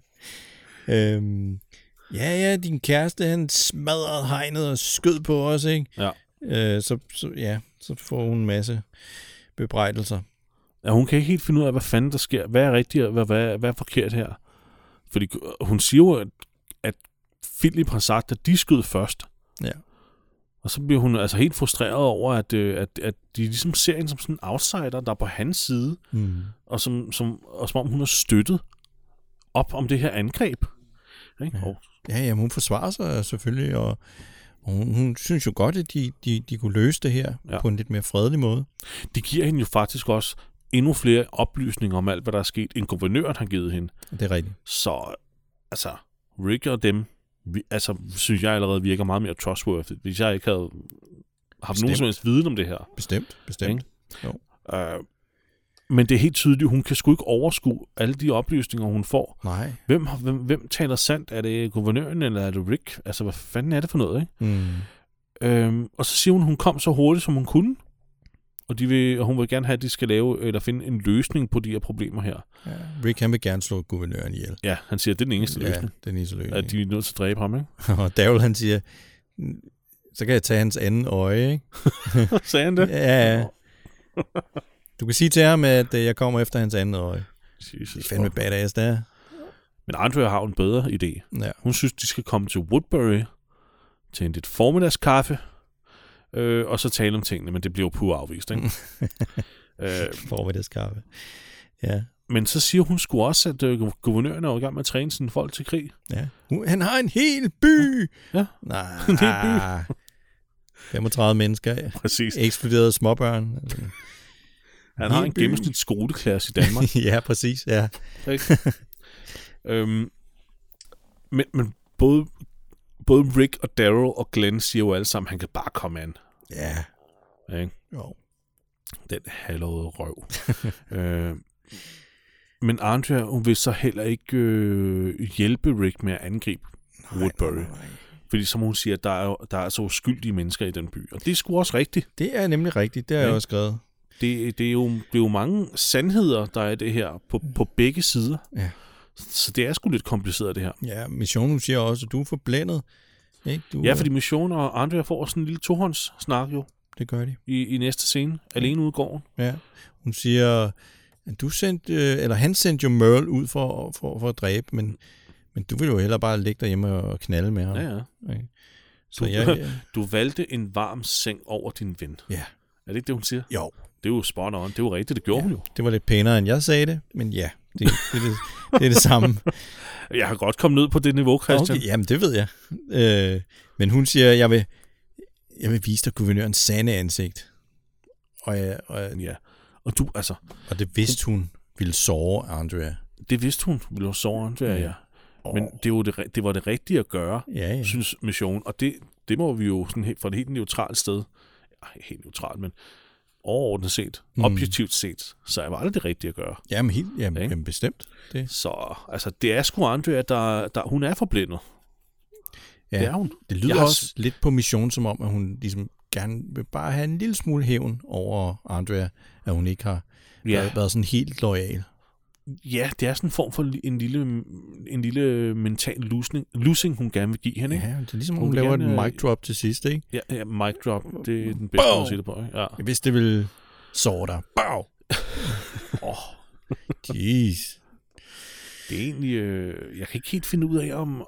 Ja, din kæreste, han smadrede hegnet og skød på os, ikke? Ja. Så får hun en masse bebrejdelser. Ja, hun kan ikke helt finde ud af, hvad fanden der sker. Hvad er rigtigt, og hvad er forkert her? Fordi hun siger jo, at Philip har sagt, at de skød først. Ja. Og så bliver hun altså helt frustreret over, at de ligesom ser hende som sådan en outsider, der er på hans side, og som om hun har støttet op om det her angreb. Ikke? Ja, hun forsvarer sig selvfølgelig, og hun synes jo godt, at de kunne løse det her på en lidt mere fredelig måde. De giver hende jo faktisk også endnu flere oplysninger om alt, hvad der er sket, end guvernøren har givet hende. Det er rigtigt. Så, altså, Rick og dem, synes jeg allerede virker meget mere trustworthy, hvis jeg ikke havde haft nogen som helst viden om det her. Bestemt. Jo. Men det er helt tydeligt, at hun kan sgu ikke overskue alle de oplysninger, hun får. Nej. Hvem taler sandt? Er det guvernøren, eller er det Rick? Altså, hvad fanden er det for noget, ikke? Og så siger hun kom så hurtigt, som hun kunne. Og hun vil gerne have, at de skal finde en løsning på de her problemer her. Ja, Rick, han vil gerne slå guvernøren ihjel. Ja, han siger, at det er den eneste løsning. Ja, den eneste løsning. At de er nødt til at dræbe ham, ikke? Og Daryl, han siger, så kan jeg tage hans anden øje, ikke? Sagde han det? Ja. Du kan sige til ham, at jeg kommer efter hans andet øje. Jesus, det er fandme badass, det er. Men Andrea har en bedre idé. Ja. Hun synes, de skal komme til Woodbury til en lidt formiddagskaffe, og så tale om tingene, men det bliver jo pur afvist, ikke? Formiddagskaffe. Ja. Men så siger hun sgu også, at guvernøren er i gang med at træne sine folk til krig. Ja. Han har en hel by! Ja. Nej. En hel by. 35 mennesker. Ja. Præcis. Eksploderede småbørn. Han har en gennemsnit skoleklasse i Danmark. Ja, præcis. Ja. Men både Rick og Daryl og Glenn siger jo alle sammen, at han kan bare komme an. Ja. Ikke? Jo. Den halvårede røv. Men Andrea, hun vil så heller ikke hjælpe Rick med at angribe Woodbury. Nej. Fordi som hun siger, der er så uskyldige mennesker i den by. Og det er sgu også rigtigt. Det er nemlig rigtigt. Det har jeg også skrevet. Det er jo mange sandheder, der er det her på begge sider. Ja. Så det er sgu lidt kompliceret, det her. Ja, Mission siger også, at du er forblændet. Ikke? Ja, fordi Mission og Andrea får sådan en lille tohåndssnak jo. Det gør de. I næste scene. Alene ude i gården. Ja. Hun siger, at han sendte jo Merle ud for at dræbe, men du ville jo hellere bare ligge derhjemme og knalde med ham. Ja. Okay. Så du valgte en varm seng over din ven. Ja. Er det ikke det, hun siger? Jo. Det er jo spot on. Det er jo rigtigt, det gjorde hun jo. Det var lidt pænere, end jeg sagde det, men ja, det er det samme. Jeg har godt kommet ned på det niveau, Christian. Okay, jamen, det ved jeg. Men hun siger, jeg vil vise dig guvernørens sande ansigt. Ja. Og du, altså... Og det vidste hun ville såre Andrea. Det vidste hun ville såre Andrea, ja. Men det var det rigtige at gøre, synes Mission. Og det må vi jo sådan fra et helt neutralt sted... Helt neutralt, men overordnet set, objektivt set, så var det rigtige at gøre. Jamen bestemt. Det. Så altså, det er sgu Andrea, der hun er forblændet. Ja, det er hun. Det lyder også lidt på Mission, som om, at hun ligesom gerne vil bare have en lille smule hævn over Andrea, at hun ikke har været sådan helt loyal. Ja, det er sådan en form for en lille mental losing, hun gerne vil give hende, ikke? Ja, det er ligesom, hun laver et mic drop til sidst, ikke? Ja, mic drop, det er den bedste måde at sige det på, ikke? Ja. Jeg vidste, det ville såre dig. Bow! Jeez. Det er egentlig... jeg kan ikke helt finde ud af, om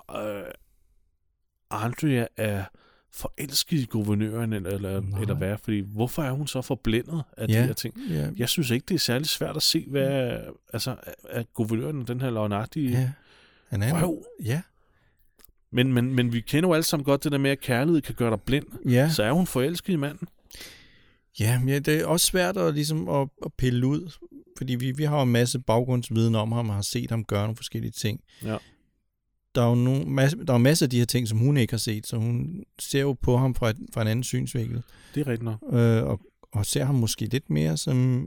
Andrea er forelsket i guvernøren, eller hvad, fordi hvorfor er hun så forblændet af de her ting? Ja. Jeg synes ikke, det er særlig svært at se, hvad at guvernøren den her løgnagtige røv. Ja. Men vi kender jo alle sammen godt det der med, at kærlighed kan gøre dig blind. Ja. Så er hun forelsket i manden. Ja, det er også svært at pille ud, fordi vi har en masse baggrundsviden om ham, og har set ham gøre nogle forskellige ting. Ja. Der er en masse af de her ting, som hun ikke har set, så hun ser jo på ham fra en anden synsvinkel. Det er rigtigt nok. Og ser ham måske lidt mere som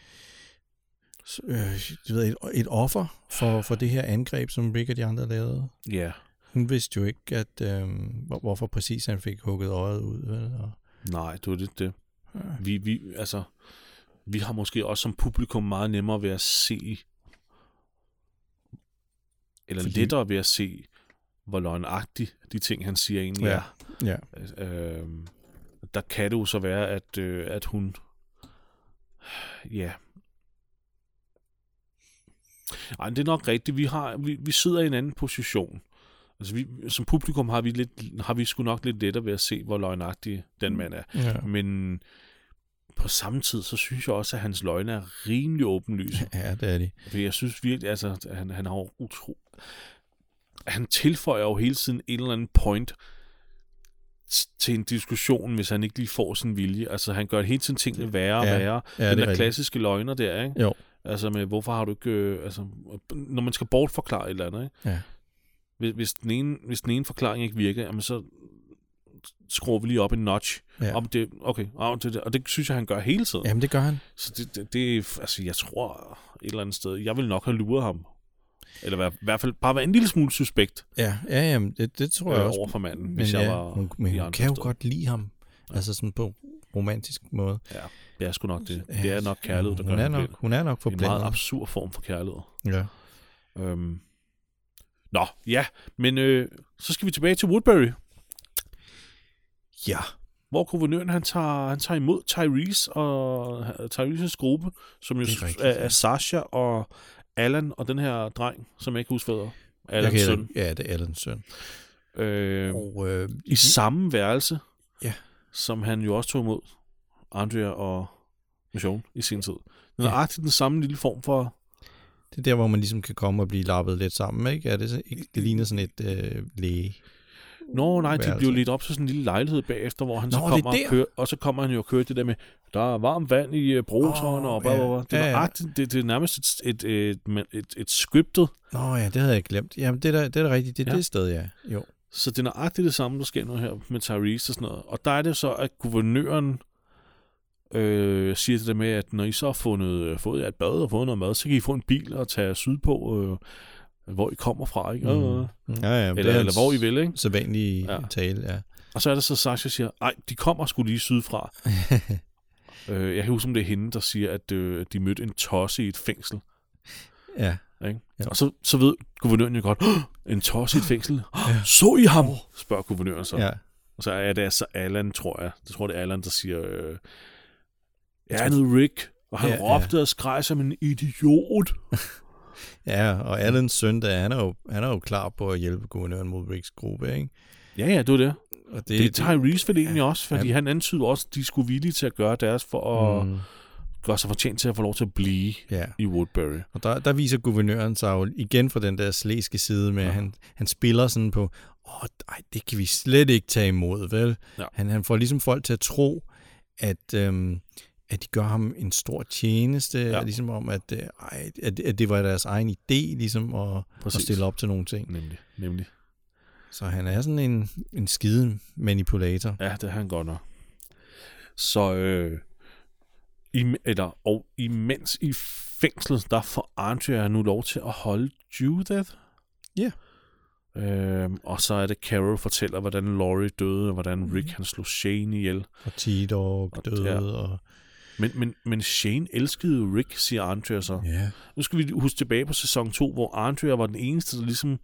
et offer for det her angreb, som Rick og de andre lavede. Ja. Hun vidste jo ikke, at hvorfor præcis han fik hugget øjet ud. Og... Nej, det var det. Ja. Vi har måske også som publikum meget nemmere ved at se, eller lettere ved at se, hvor løgnagtig de ting, han siger egentlig er. Ja. Der kan det jo så være, at hun... Ja. Ej, det er nok rigtigt. Vi sidder i en anden position. Altså som publikum har vi sgu nok lidt lettere ved at se, hvor løgnagtig den mand er. Ja. Men på samme tid, så synes jeg også, at hans løgne er rimelig åbenlyse. Ja, det er de. For jeg synes virkelig, altså, at han har han tilføjer jo hele tiden en eller anden point til en diskussion, hvis han ikke lige får sin vilje. Altså, han gør hele tiden tingene værre og værre. Ja, den der klassiske løgner der, ikke? Jo. Altså, med hvorfor har du ikke... altså, når man skal bortforklare et eller andet, ikke? Ja. Hvis den ene forklaring ikke virker, jamen så skruer vi lige op en notch. Ja. Om det, okay, og det synes jeg, han gør hele tiden. Jamen, det gør han. Så det altså, jeg tror et eller andet sted, jeg vil nok have luret ham. Eller i hvert fald bare være en lille smule suspekt. Ja, jamen, det tror jeg også. Over for manden, men hvis ja, jeg var hun kan jo godt lide ham. Ja. Altså sådan på romantisk måde. Ja, det er sgu nok det. Det er nok kærlighed, der gør ham. Hun er nok forblændet. En meget absurd form for kærlighed. Ja. Nå, ja, men så skal vi tilbage til Woodbury. Ja. Hvor guvernøren han tager imod Tyrese og Tyreses gruppe, som jo er Sasha og Alan og den her dreng, som jeg ikke husker hvad. Alans søn. Ja, det er Alans søn. I samme værelse, ja, som han jo også tog imod Andrea og Michonne i sin tid. Den er nøjagtigt den samme lille form for... Det er der, hvor man ligesom kan komme og blive lappet lidt sammen, ikke? Er det ligner sådan et læge. Nå, nej, de bliver lidt op til sådan en lille lejlighed bagefter, hvor han så kommer og kører, og så kommer han jo og kører det der med, der er varmt vand i bruseren, og blablabla. Det er nærmest et scriptet. Nå ja, det havde jeg glemt. Jamen, det er da rigtigt. Det er det sted, ja. Jo. Så det er nøjagtigt det samme, der sker nu her med Tyrese og sådan noget. Og der er det så, at guvernøren siger det der med, at når I så har fået et bad og fået noget mad, så kan I få en bil og tage sydpå, hvor I kommer fra, ikke? Ja, eller hvor I vil, ikke? Så vanlig tale, ja. Og så er det så Sasha siger, ej, de kommer sgu lige sydfra. Jeg kan huske, om det er hende, der siger, at de mødte en tosse i et fængsel. Ja. Ikke? Og så ved guvernøren jo godt, en tosse i et fængsel? Så I ham? Spørger guvernøren så. Ja. Og så er det altså Alan, tror jeg. Jeg tror, det er Alan, der siger, jeg er noget Rick. Og han råbte og skreg som en idiot. Ja, og Alans søn, han er jo klar på at hjælpe guvernøren mod Ricks gruppe, ikke? Ja, det er det. Og det er Tyrese vel egentlig også, fordi han antyder også, at de skulle villige til at gøre deres for at gøre sig fortjent til at få lov til at blive i Woodbury. Og der viser guvernøren sig jo igen fra den der slæske side med, han spiller sådan på, det kan vi slet ikke tage imod, vel? Ja. Han får ligesom folk til at tro, at de gør ham en stor tjeneste, ligesom om, at det var deres egen idé, ligesom at stille op til nogle ting. Nemlig. Så han er sådan en skide manipulator. Ja, det er han godt nok. Så imens i fængslet, der får Andrea nu lov til at holde Judith. Ja. Og så er det Carol fortæller, hvordan Laurie døde, og hvordan Rick han slog Shane ihjel. Og T-Dog døde. Men Shane elskede Rick, siger Andrea så. Yeah. Nu skal vi huske tilbage på sæson 2, hvor Andrea var den eneste, der ligesom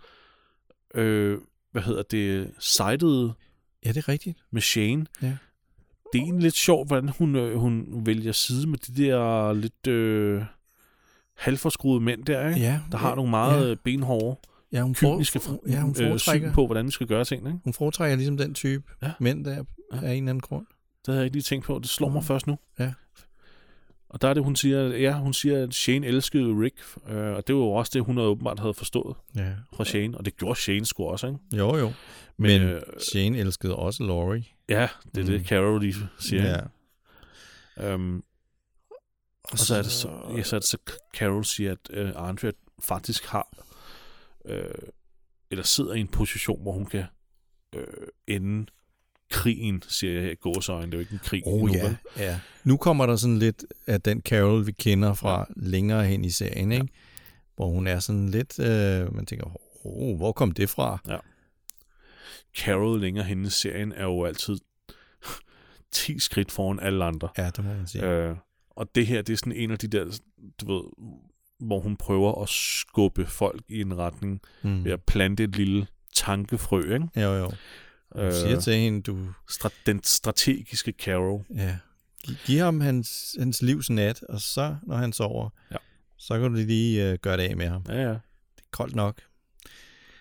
sidede. Ja, det er rigtigt. Med Shane. Ja. Det er egentlig lidt sjovt, hvordan hun vælger side med de der lidt halvforskruede mænd der, ikke? Ja, der har nogle meget benhårde, kyniske syn på, hvordan vi skal gøre tingene. Ikke? Hun foretrækker ligesom den type mænd der af en eller anden grund. Det havde jeg ikke lige tænkt på. Det slår mig først nu. Ja. Og der er det, hun siger, at Shane elskede Rick, og det var jo også det, hun åbenbart havde forstået fra Shane, og det gjorde Shane sgu også, ikke? Jo. Men Shane elskede også Laurie. Ja, det er det, Carol lige siger. Ja. Og så er det så Carol siger, at Andrea faktisk har, eller sidder i en position, hvor hun kan ende krigen, siger jeg her i gåseøjne. Det er jo ikke en krig nu, vel? Ja. Nu kommer der sådan lidt af den Carol, vi kender fra længere hen i serien, ikke? Hvor hun er sådan lidt, man tænker, hvor kom det fra? Ja. Carol længere hen i serien er jo altid 10 skridt foran alle andre. Ja, det må man sige. Og det her, det er sådan en af de der, du ved, hvor hun prøver at skubbe folk i en retning ved at plante et lille tankefrø, ikke? Jo. Du siger til hende, den strategiske Carol. Ja. Giv ham hans livs nat, og så, når han sover, så kan du lige gøre det af med ham. Ja. Det er koldt nok.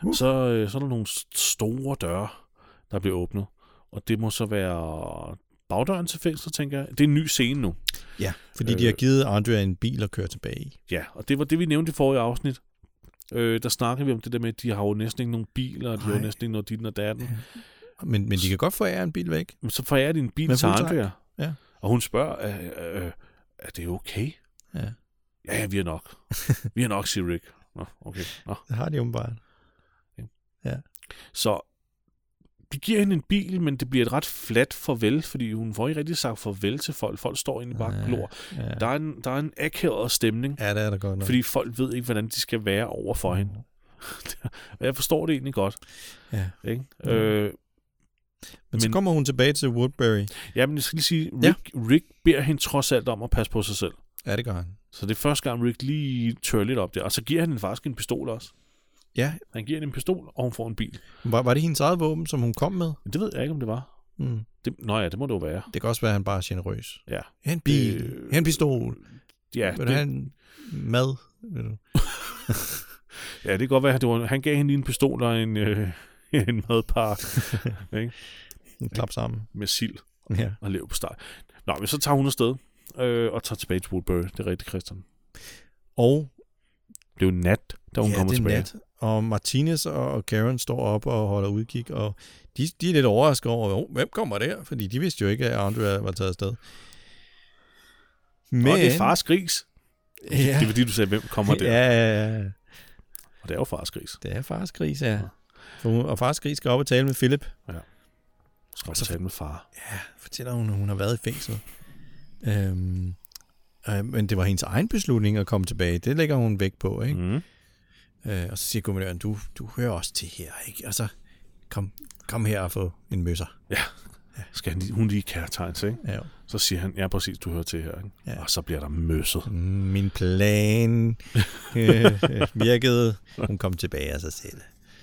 Så er der nogle store døre, der bliver åbnet. Og det må så være bagdøren til fængslet, tænker jeg. Det er en ny scene nu. Ja, fordi de har givet Andrea en bil at køre tilbage i. Ja, og det var det, vi nævnte i forrige afsnit. Der snakkede vi om det der med, at de har jo næsten ikke nogen biler, og de har jo næsten ikke noget dit og datten. Men de kan godt forære en bil væk. Men så forærer de en bil Med til Andrea. Ja. Og hun spørger, er det okay? Ja. Ja, vi er nok. Vi er nok, siger Rick. Nå, okay. Nå. Det har de åbenbart. Ja. Så de giver hende en bil, men det bliver et ret fladt farvel, fordi hun får ikke rigtig sagt farvel til folk. Folk står egentlig bare og glor. Ja. Der er en akavet stemning, Ja, det er der godt nok. fordi folk ved ikke, hvordan de skal være over for hende. Og jeg forstår det egentlig godt. Ja. Ikke? Men så kommer hun tilbage til Woodbury. Ja, men jeg skal lige sige, Rick beder hende trods alt om at passe på sig selv. Ja, det gør han. Så det er første gang, Rick lige tør lidt op der. Og så giver han hende faktisk en pistol også. Ja. Han giver hende en pistol, og hun får en bil. Var det hendes eget våben, som hun kom med? Men det ved jeg ikke, om det var. Nå ja, det må det jo være. Det kan også være, at han bare er generøs. Ja. En bil. En pistol. Ja, Vil du have en mad? Ja, det kan godt være, at han gav hende lige en pistol og en madpakke. Ikke? En klap sammen. Med sild Ja. og leverpostej. Nå, men så tager hun afsted og tager tilbage til Woodbury. Det er rigtigt, Christian. Og det er jo nat, da hun kommer tilbage. Nat. Og Martinez og Karen står op og holder udkig, og de er lidt overrasket over, hvem kommer der? Fordi de vidste jo ikke, at Andrea var taget afsted. Men det er fars gris. Ja. Det er fordi, du sagde, hvem kommer der? Ja. Og det er jo fars gris. Det er fars gris, ja. Og fars gris skal op og tale med Philip. Ja. Skal op og tale med far. Ja, fortæller hun har været i fængsel. Men det var hendes egen beslutning at komme tilbage. Det lægger hun væk på, ikke? Mm. Og så siger guvernøren, du hører også til her, ikke? Og så kom her og få en møsser. Ja. Skal hun lige kærtegn sig, ikke? Ja. Så siger han, ja præcis, du hører til her, ikke? Ja. Og så bliver der møsset. Min plan virkede. Hun kom tilbage af sig selv.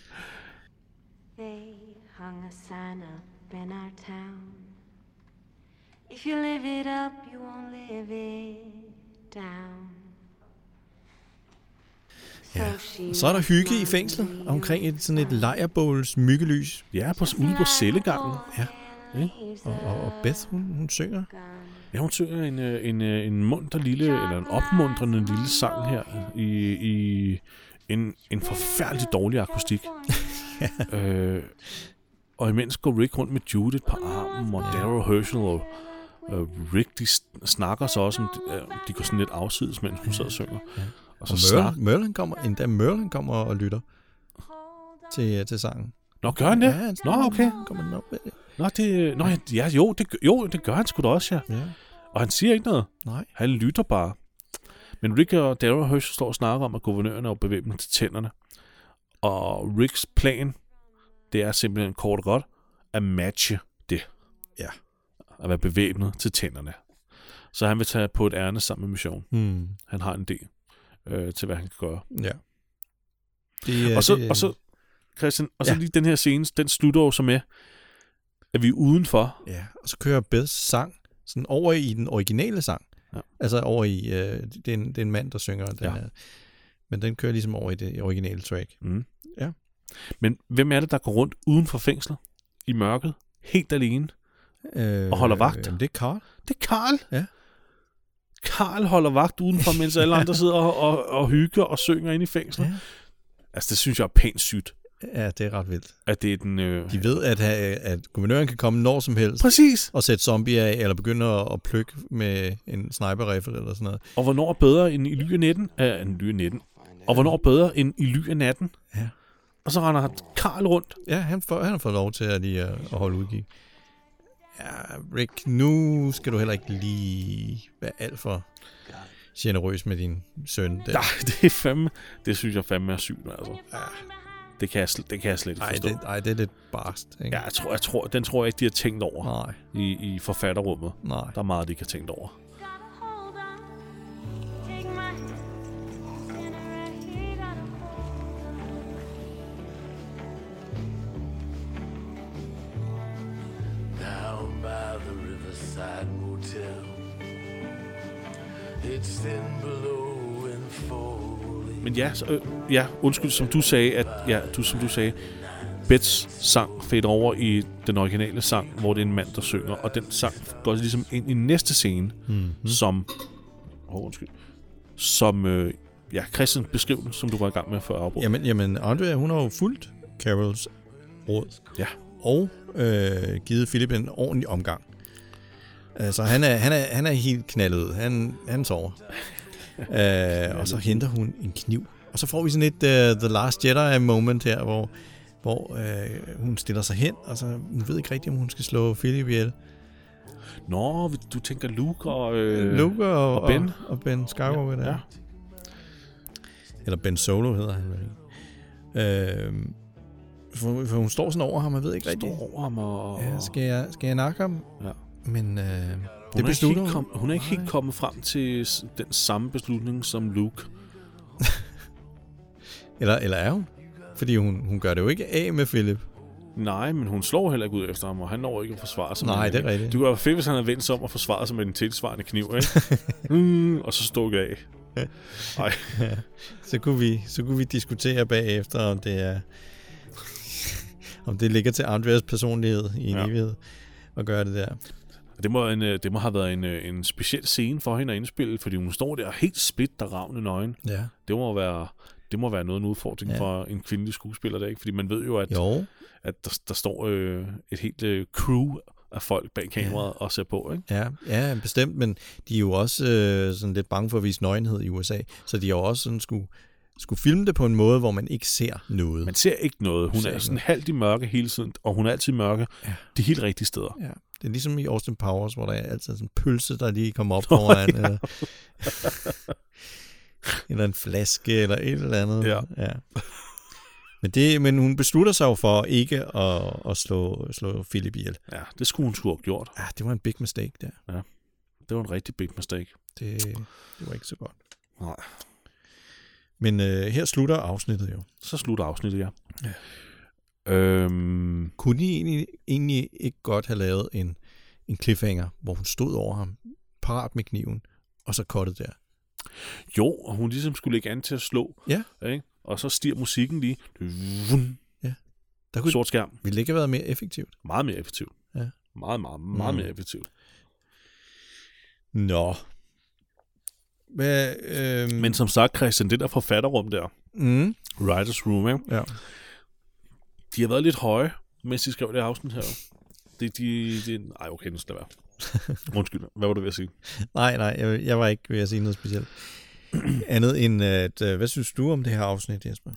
They hung a sign up in our town. If you live it up, you won't live it down. Ja. Så er der hygge i fængslet omkring sådan et lejrbåls myggelys. Ja, ude på cellegangen. Ja. Og Beth, hun synger. Ja, hun synger en munter lille, eller en opmuntrende lille sang her i en forfærdelig dårlig akustik. Og imens går Rick rundt med Judith på armen, og Daryl Herschel og Rick, de snakker så også, de går sådan lidt afsides, mens hun sidder og synger. Og så Merlin kommer og lytter til sangen. Nå, gør han det? Ja, Nå, okay. Det gør han sgu da også, ja. Og han siger ikke noget. Nej. Han lytter bare. Men Rick og Daryl Herschel står og snakker om, at guvernøren er bevæbnet til tænderne. Og Ricks plan, det er simpelthen kort og godt, at matche det. Ja. At være bevæbnet til tænderne. Så han vil tage på et ærne sammen med mission. Han har en idé til, hvad han kan gøre. Ja. Og så Christian, så lige den her scene, den slutter jo så med, at vi er udenfor. Ja, og så kører Beths sang sådan over i den originale sang. Ja. Altså over i, det er en mand, der synger den her. Men den kører ligesom over i det originale track. Mm. Ja. Men hvem er det, der går rundt uden for fængslet, i mørket, helt alene, og holder vagt? Det er Carl. Det er Carl? Ja. Carl holder vagt udenfor, mens alle andre sidder og hygger og synger inde i fængslet. Ja. Altså, det synes jeg er pænt sygt. Ja, det er ret vildt. At det er den... De ved, at guvernøren kan komme når som helst. Præcis. Og sætte zombier af, eller begynde at plukke med en sniper-rifle eller sådan noget. Og hvornår er bedre end i ly af natten? Og hvornår er bedre end i ly af natten? Ja. Og så render Carl rundt. Ja, han har fået lov til at holde udkig. Ja, Rick, nu skal du heller ikke lige være alt for generøs med din søn. Der. Nej, det synes jeg fandme er sygt, altså. Ja. Det kan jeg slet ikke forstå. Nej, det er lidt barst, ikke? Ja, den tror jeg ikke, de har tænkt over. Nej. I forfatterrummet. Nej. Der er meget, de ikke har tænkt over. Down by the Riverside Motel, it's thin below and foliage. Men ja, undskyld, som du sagde, Bets sang fader over i den originale sang, hvor det er en mand, der synger, og den sang går ligesom ind i næste scene, som Christian beskrev den, som du var i gang med før afbrudt. Jamen, Andrea, hun har jo fulgt Carols råd. Ja. Og givet Philip en ordentlig omgang. Altså, han er helt knaldet ud. Han sover. Og så henter hun en kniv. Og så får vi sådan et The Last Jedi moment her, hvor hun stiller sig hen, og så hun ved ikke rigtigt, om hun skal slå Philip ihjel. Nå, du tænker Luke og Ben. Og Ben Skywalker der. Ja. Eller Ben Solo hedder han. For hun står sådan over ham, jeg ved ikke rigtigt. Står over ham og... Ja, skal jeg nakke ham? Ja. Men det beslutter hun er ikke helt kommet frem til den samme beslutning som Luke. eller er hun? Fordi hun gør det jo ikke af med Philip. Nej, men hun slår heller ikke ud efter ham, og han når ikke at forsvare sig. Nej, det er rigtigt. Det kunne være fedt, hvis han havde vendt sig om og forsvaret sig med en tilsvarende kniv, ikke? Og så stukket af. Nej. Ja. Så kunne vi diskutere bagefter, om det ligger til Andreas personlighed i en evighed at gøre det der. Det må have været en speciel scene for hende at indspille, fordi hun står der helt splitter ravne nøgen. Ja. Det må være noget en udfordring for en kvindelig skuespiller der, ikke? Fordi man ved jo, at der står et helt crew af folk bag kameraet og ser på, ikke? Ja, bestemt, men de er jo også sådan lidt bange for at vise nøgenhed i USA, så de har jo også sådan skulle filme det på en måde, hvor man ikke ser noget. Man ser ikke noget. Hun er sådan halvt i mørke hele tiden, og hun er altid mørke de helt rigtige steder. Ja. Det er ligesom i Austin Powers, hvor der er altid sådan en pølse, der lige kommer op foran. Eller en flaske, eller et eller andet. Ja. Men hun beslutter sig jo for ikke at slå Philip ihjel. Ja, det skulle hun have gjort. Ja, det var en big mistake der. Ja, det var en rigtig big mistake. Det var ikke så godt. Nej. Men her slutter afsnittet jo. Så slutter afsnittet, ja. Kunne de egentlig ikke godt have lavet en cliffhanger, hvor hun stod over ham, parat med kniven, og så cuttet der? Jo, og hun ligesom skulle lægge an til at slå. Ja. Ikke? Og så stiger musikken lige. Ja. Der kunne sort skærm. Ville det ikke have været mere effektivt? Meget mere effektivt. Ja. Meget mere effektivt. Nå. Men som sagt, Christian, det der forfatterrum der, Writers Room, ikke? Ja. De har været lidt høje, mens de skrev det afsnit her. Ej, okay, nu skal det være. Undskyld, hvad var du ved at sige? Nej, jeg var ikke ved at sige noget specielt. Andet end, hvad synes du om det her afsnit, Jesper?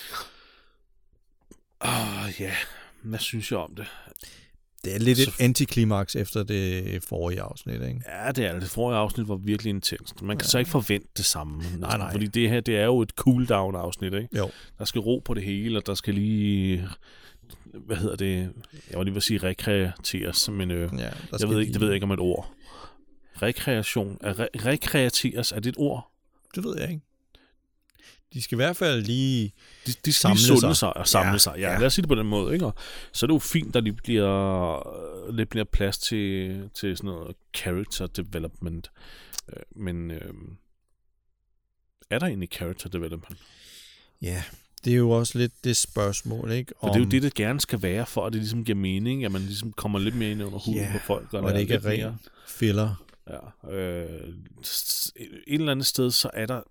Hvad synes jeg om det? Det er lidt et antiklimaks efter det forrige afsnit, ikke? Ja, det er det. Det forrige afsnit var virkelig intenst. Man kan så ikke forvente det samme. Nej. Fordi det her, det er jo et cool-down-afsnit, ikke? Jo. Der skal ro på det hele, og der skal lige... Hvad hedder det? Jeg var lige ved at sige rekreateres, men det ved jeg ikke om et ord. Rekreation. Rekreateres, er det et ord? Det ved jeg ikke. De skal i hvert fald lige de samle sig og samle sig. Ja, lad os sige det på den måde, ikke? Og så er det jo fint, der lige bliver lidt mere plads til sådan noget character development. Men er der egentlig character development? Ja, det er jo også lidt det spørgsmål, ikke? For det er jo det gerne skal være, for at det ligesom giver mening, at man ligesom kommer lidt mere ind under huden på folk. Og det ikke er rent filler. Ja. Et eller andet sted, så er der...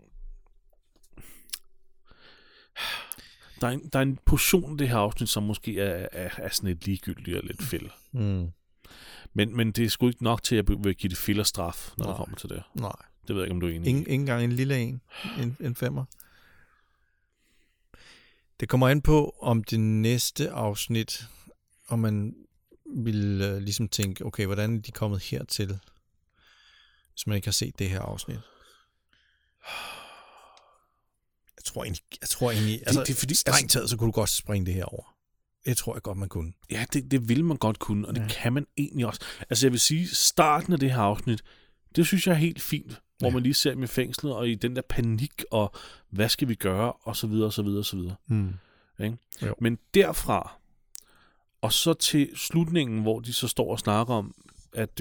Der er en portion af det her afsnit, som måske er sådan et ligegyldigt og lidt fælde. Men det er sgu ikke nok til, at jeg vil give det fillerstraf, når det kommer til det. Nej. Det ved jeg ikke, om du er enig i. Ikke engang en lille en femmer. Det kommer an på, om det næste afsnit, om man vil ligesom tænke, okay, hvordan er de kommet hertil, hvis man ikke har set det her afsnit? Jeg tror egentlig altså, det er fordi, strengt taget, så kunne du godt springe det her over. Det tror jeg godt, man kunne. Ja, det vil man godt kunne, og det kan man egentlig også. Altså jeg vil sige, starten af det her afsnit, det synes jeg er helt fint, hvor man lige ser dem i fængslet, og i den der panik, og hvad skal vi gøre, og så videre, og så videre, og så videre. Men derfra, og så til slutningen, hvor de så står og snakker om, at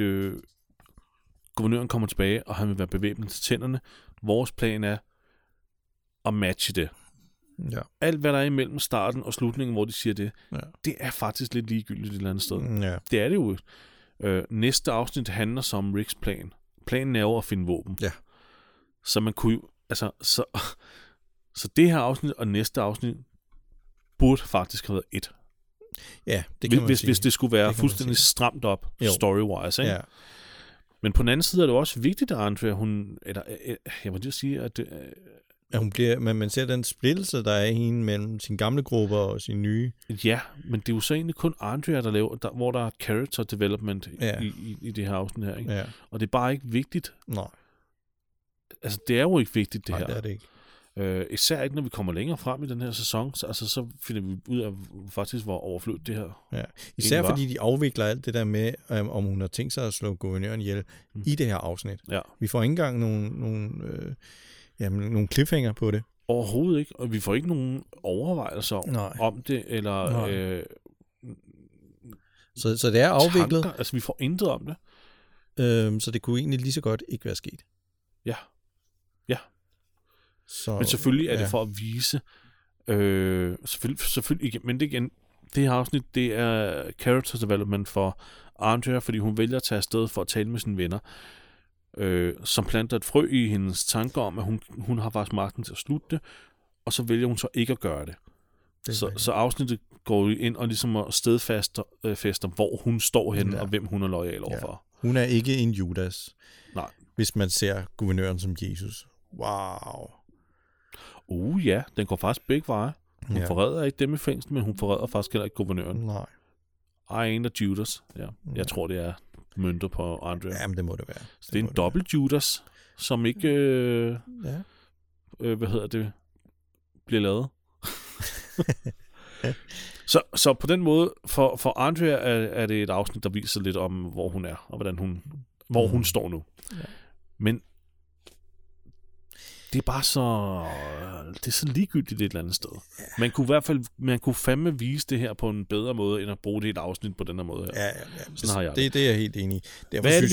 guvernøren kommer tilbage, og han vil være bevæbnet til tænderne. Vores plan er at matche det. Ja. Alt, hvad der er imellem starten og slutningen, hvor de siger det, Ja. det er faktisk lidt ligegyldigt et eller andet sted. Ja. Det er det jo. Næste afsnit handler så om Ricks plan. Planen er jo at finde våben. Ja. Så man kunne jo, altså, så det her afsnit og næste afsit burde faktisk have været et. Ja, det kan man sige. Hvis det skulle være det fuldstændig stramt op, story-wise, ikke? Ja. Men på den anden side er det også vigtigt, at Andrea, jeg må lige sige, at Ja, hun bliver, men man ser den splittelse, der er i hende mellem sine gamle grupper og sine nye. ja, men det er jo så egentlig kun Andrea, der laver, hvor der er character development i det her afsnit her, ikke? Ja. Og det er bare ikke vigtigt. Nej. Altså, det er jo ikke vigtigt, det Nej, her. det er det ikke. Især ikke, når vi kommer længere frem i den her sæson, så finder vi ud af faktisk, hvor overflødigt det her. Ja. Især fordi de afvikler alt det der med, om hun har tænkt sig at slå guvernøren ihjel i det her afsnit. Ja. Vi får ikke engang nogle cliffhanger på det. Overhovedet ikke, og vi får ikke nogen overvejelser om det, eller så det er afviklet. Tanker. Altså, vi får intet om det. Så det kunne egentlig lige så godt ikke være sket. Ja. Så, men selvfølgelig er det for at vise, selvfølgelig, men igen, det her afsnit, det er character development for Andrea, fordi hun vælger at tage afsted for at tale med sine venner, som planter et frø i hendes tanker om, at hun har faktisk magten til at slutte det, og så vælger hun så ikke at gøre det. Så afsnittet går ind og ligesom stedfæster, hvor hun står henne, og hvem hun er loyal overfor. Hun er ikke en Judas. Nej. Hvis man ser guvernøren som Jesus. Wow. Ja, den går faktisk begge veje. Hun forræder ikke dem i fængsel, men hun forræder faktisk heller ikke guvernøren. Nej. I ain't a Judas. Ja. Jeg tror, det er mønter på Andrea. Jamen, det må det være. Så det er en dobbelt Judas, som ikke bliver lavet. så på den måde, for Andrea er det et afsnit, der viser lidt om, hvor hun er, og hvor hun står nu. Ja. Men det er bare så ligegyldigt et eller andet sted. Ja. Man kunne fandme vise det her på en bedre måde, end at bruge det i et afsnit på den her måde her. Ja. Sådan har jeg det er jeg helt enig i. Hvad er det, vi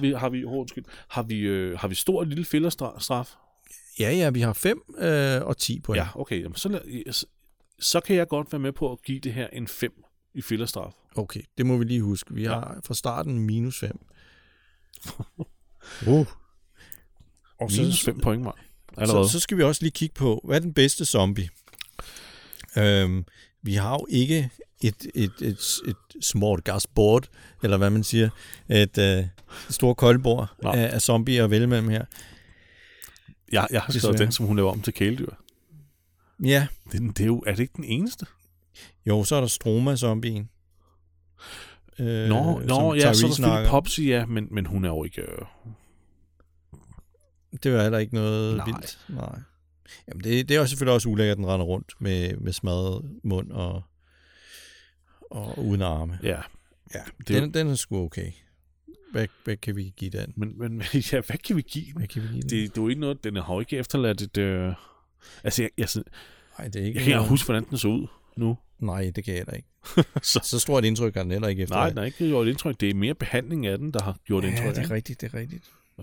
har? Har vi stor og lille fillerstraf? Ja, vi har 5 og 10 point. Ja, okay. Jamen, så kan jeg godt være med på at give det her en 5 i fillerstraf. Okay, det må vi lige huske. Vi har fra starten -5. Og minus 5 point, mand. Så skal vi også lige kigge på, hvad er den bedste zombie? Vi har jo ikke et smorgasbord, eller hvad man siger, et stort koldbord af zombier at vælge mellem her. Jeg har skrevet den, som hun laver om til kæledyr. Ja. Er det ikke den eneste? Jo, så er der Stroma-zombien. Så er der selvfølgelig Popsy, ja, men hun er jo ikke... Det var heller ikke noget vildt. Nej. Jamen, det er jo selvfølgelig også ulækkert, at den render rundt med smadret mund og uden arme. Ja. Den er sgu okay. Hvad kan vi give den? Men ja, hvad kan vi give den? Det er jo ikke noget, den har jo ikke efterladt et... Altså, nej, det er ikke... Jeg kan ikke huske, hvordan den så ud nu. Nej, det kan jeg heller ikke. så stort indtryk har den heller ikke efterladt. Nej, den har ikke gjort indtryk. Det er mere behandling af den, der har gjort indtryk. Ja, det er rigtigt.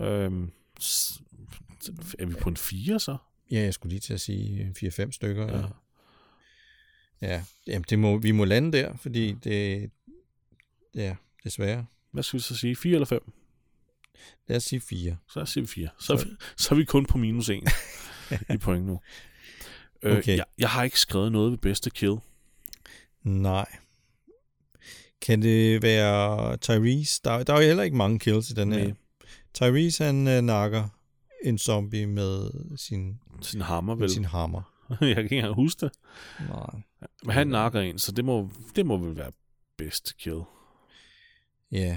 Er vi på en 4 så? Ja, jeg skulle lige til at sige 4-5 stykker. Ja. Jamen, vi må lande der, fordi det... Ja, desværre. Hvad skal vi så sige? 4 eller 5? Lad os sige 4. Så siger vi 4. Så er vi kun på -1 i point nu. Okay. Jeg har ikke skrevet noget ved bedste kill. Nej. Kan det være Tyrese? Der er jo heller ikke mange kills i den her. Tyrese, han nakker en zombie med sin hammer, vel? Sin hammer. Jeg kan ikke engang huske det. Nej. Men han nakker en, så det må vel være bedste kill. Ja.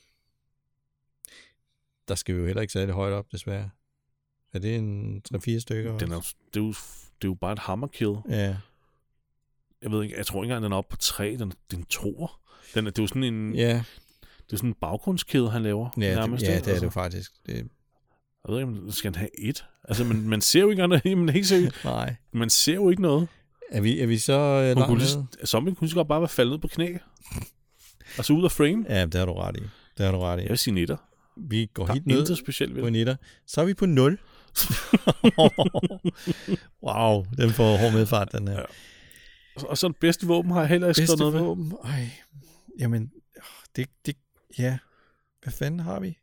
Der skal vi jo heller ikke særlig højt op, desværre. Er det en 3-4 stykker? Det er jo bare et hammerkill. Ja. Jeg ved ikke, jeg tror ikke engang, den er oppe på 3. Den er en 2'er. Det er jo sådan en... Ja. Det er sådan en baggrundskæde, han laver. Ja, nærmest, det er det faktisk. Jeg ved ikke, om skal han have 1? Altså, man ser jo ikke andet. Men helt seriøst. Nej. Man ser jo ikke noget. Er vi så langt nede? Zombien kunne godt bare være faldet ned på knæ. Og så ud af frame. Ja, det har du ret i. Jeg vil sige 1'er. Vi går helt ned specielt ved på en 1'er. Så er vi på 0. Wow, den får hård medfart, den her. Ja. Og så det bedste våben har jeg heller ikke skrevet noget ved. våben? Ej, jamen, ja. Hvad fanden har vi?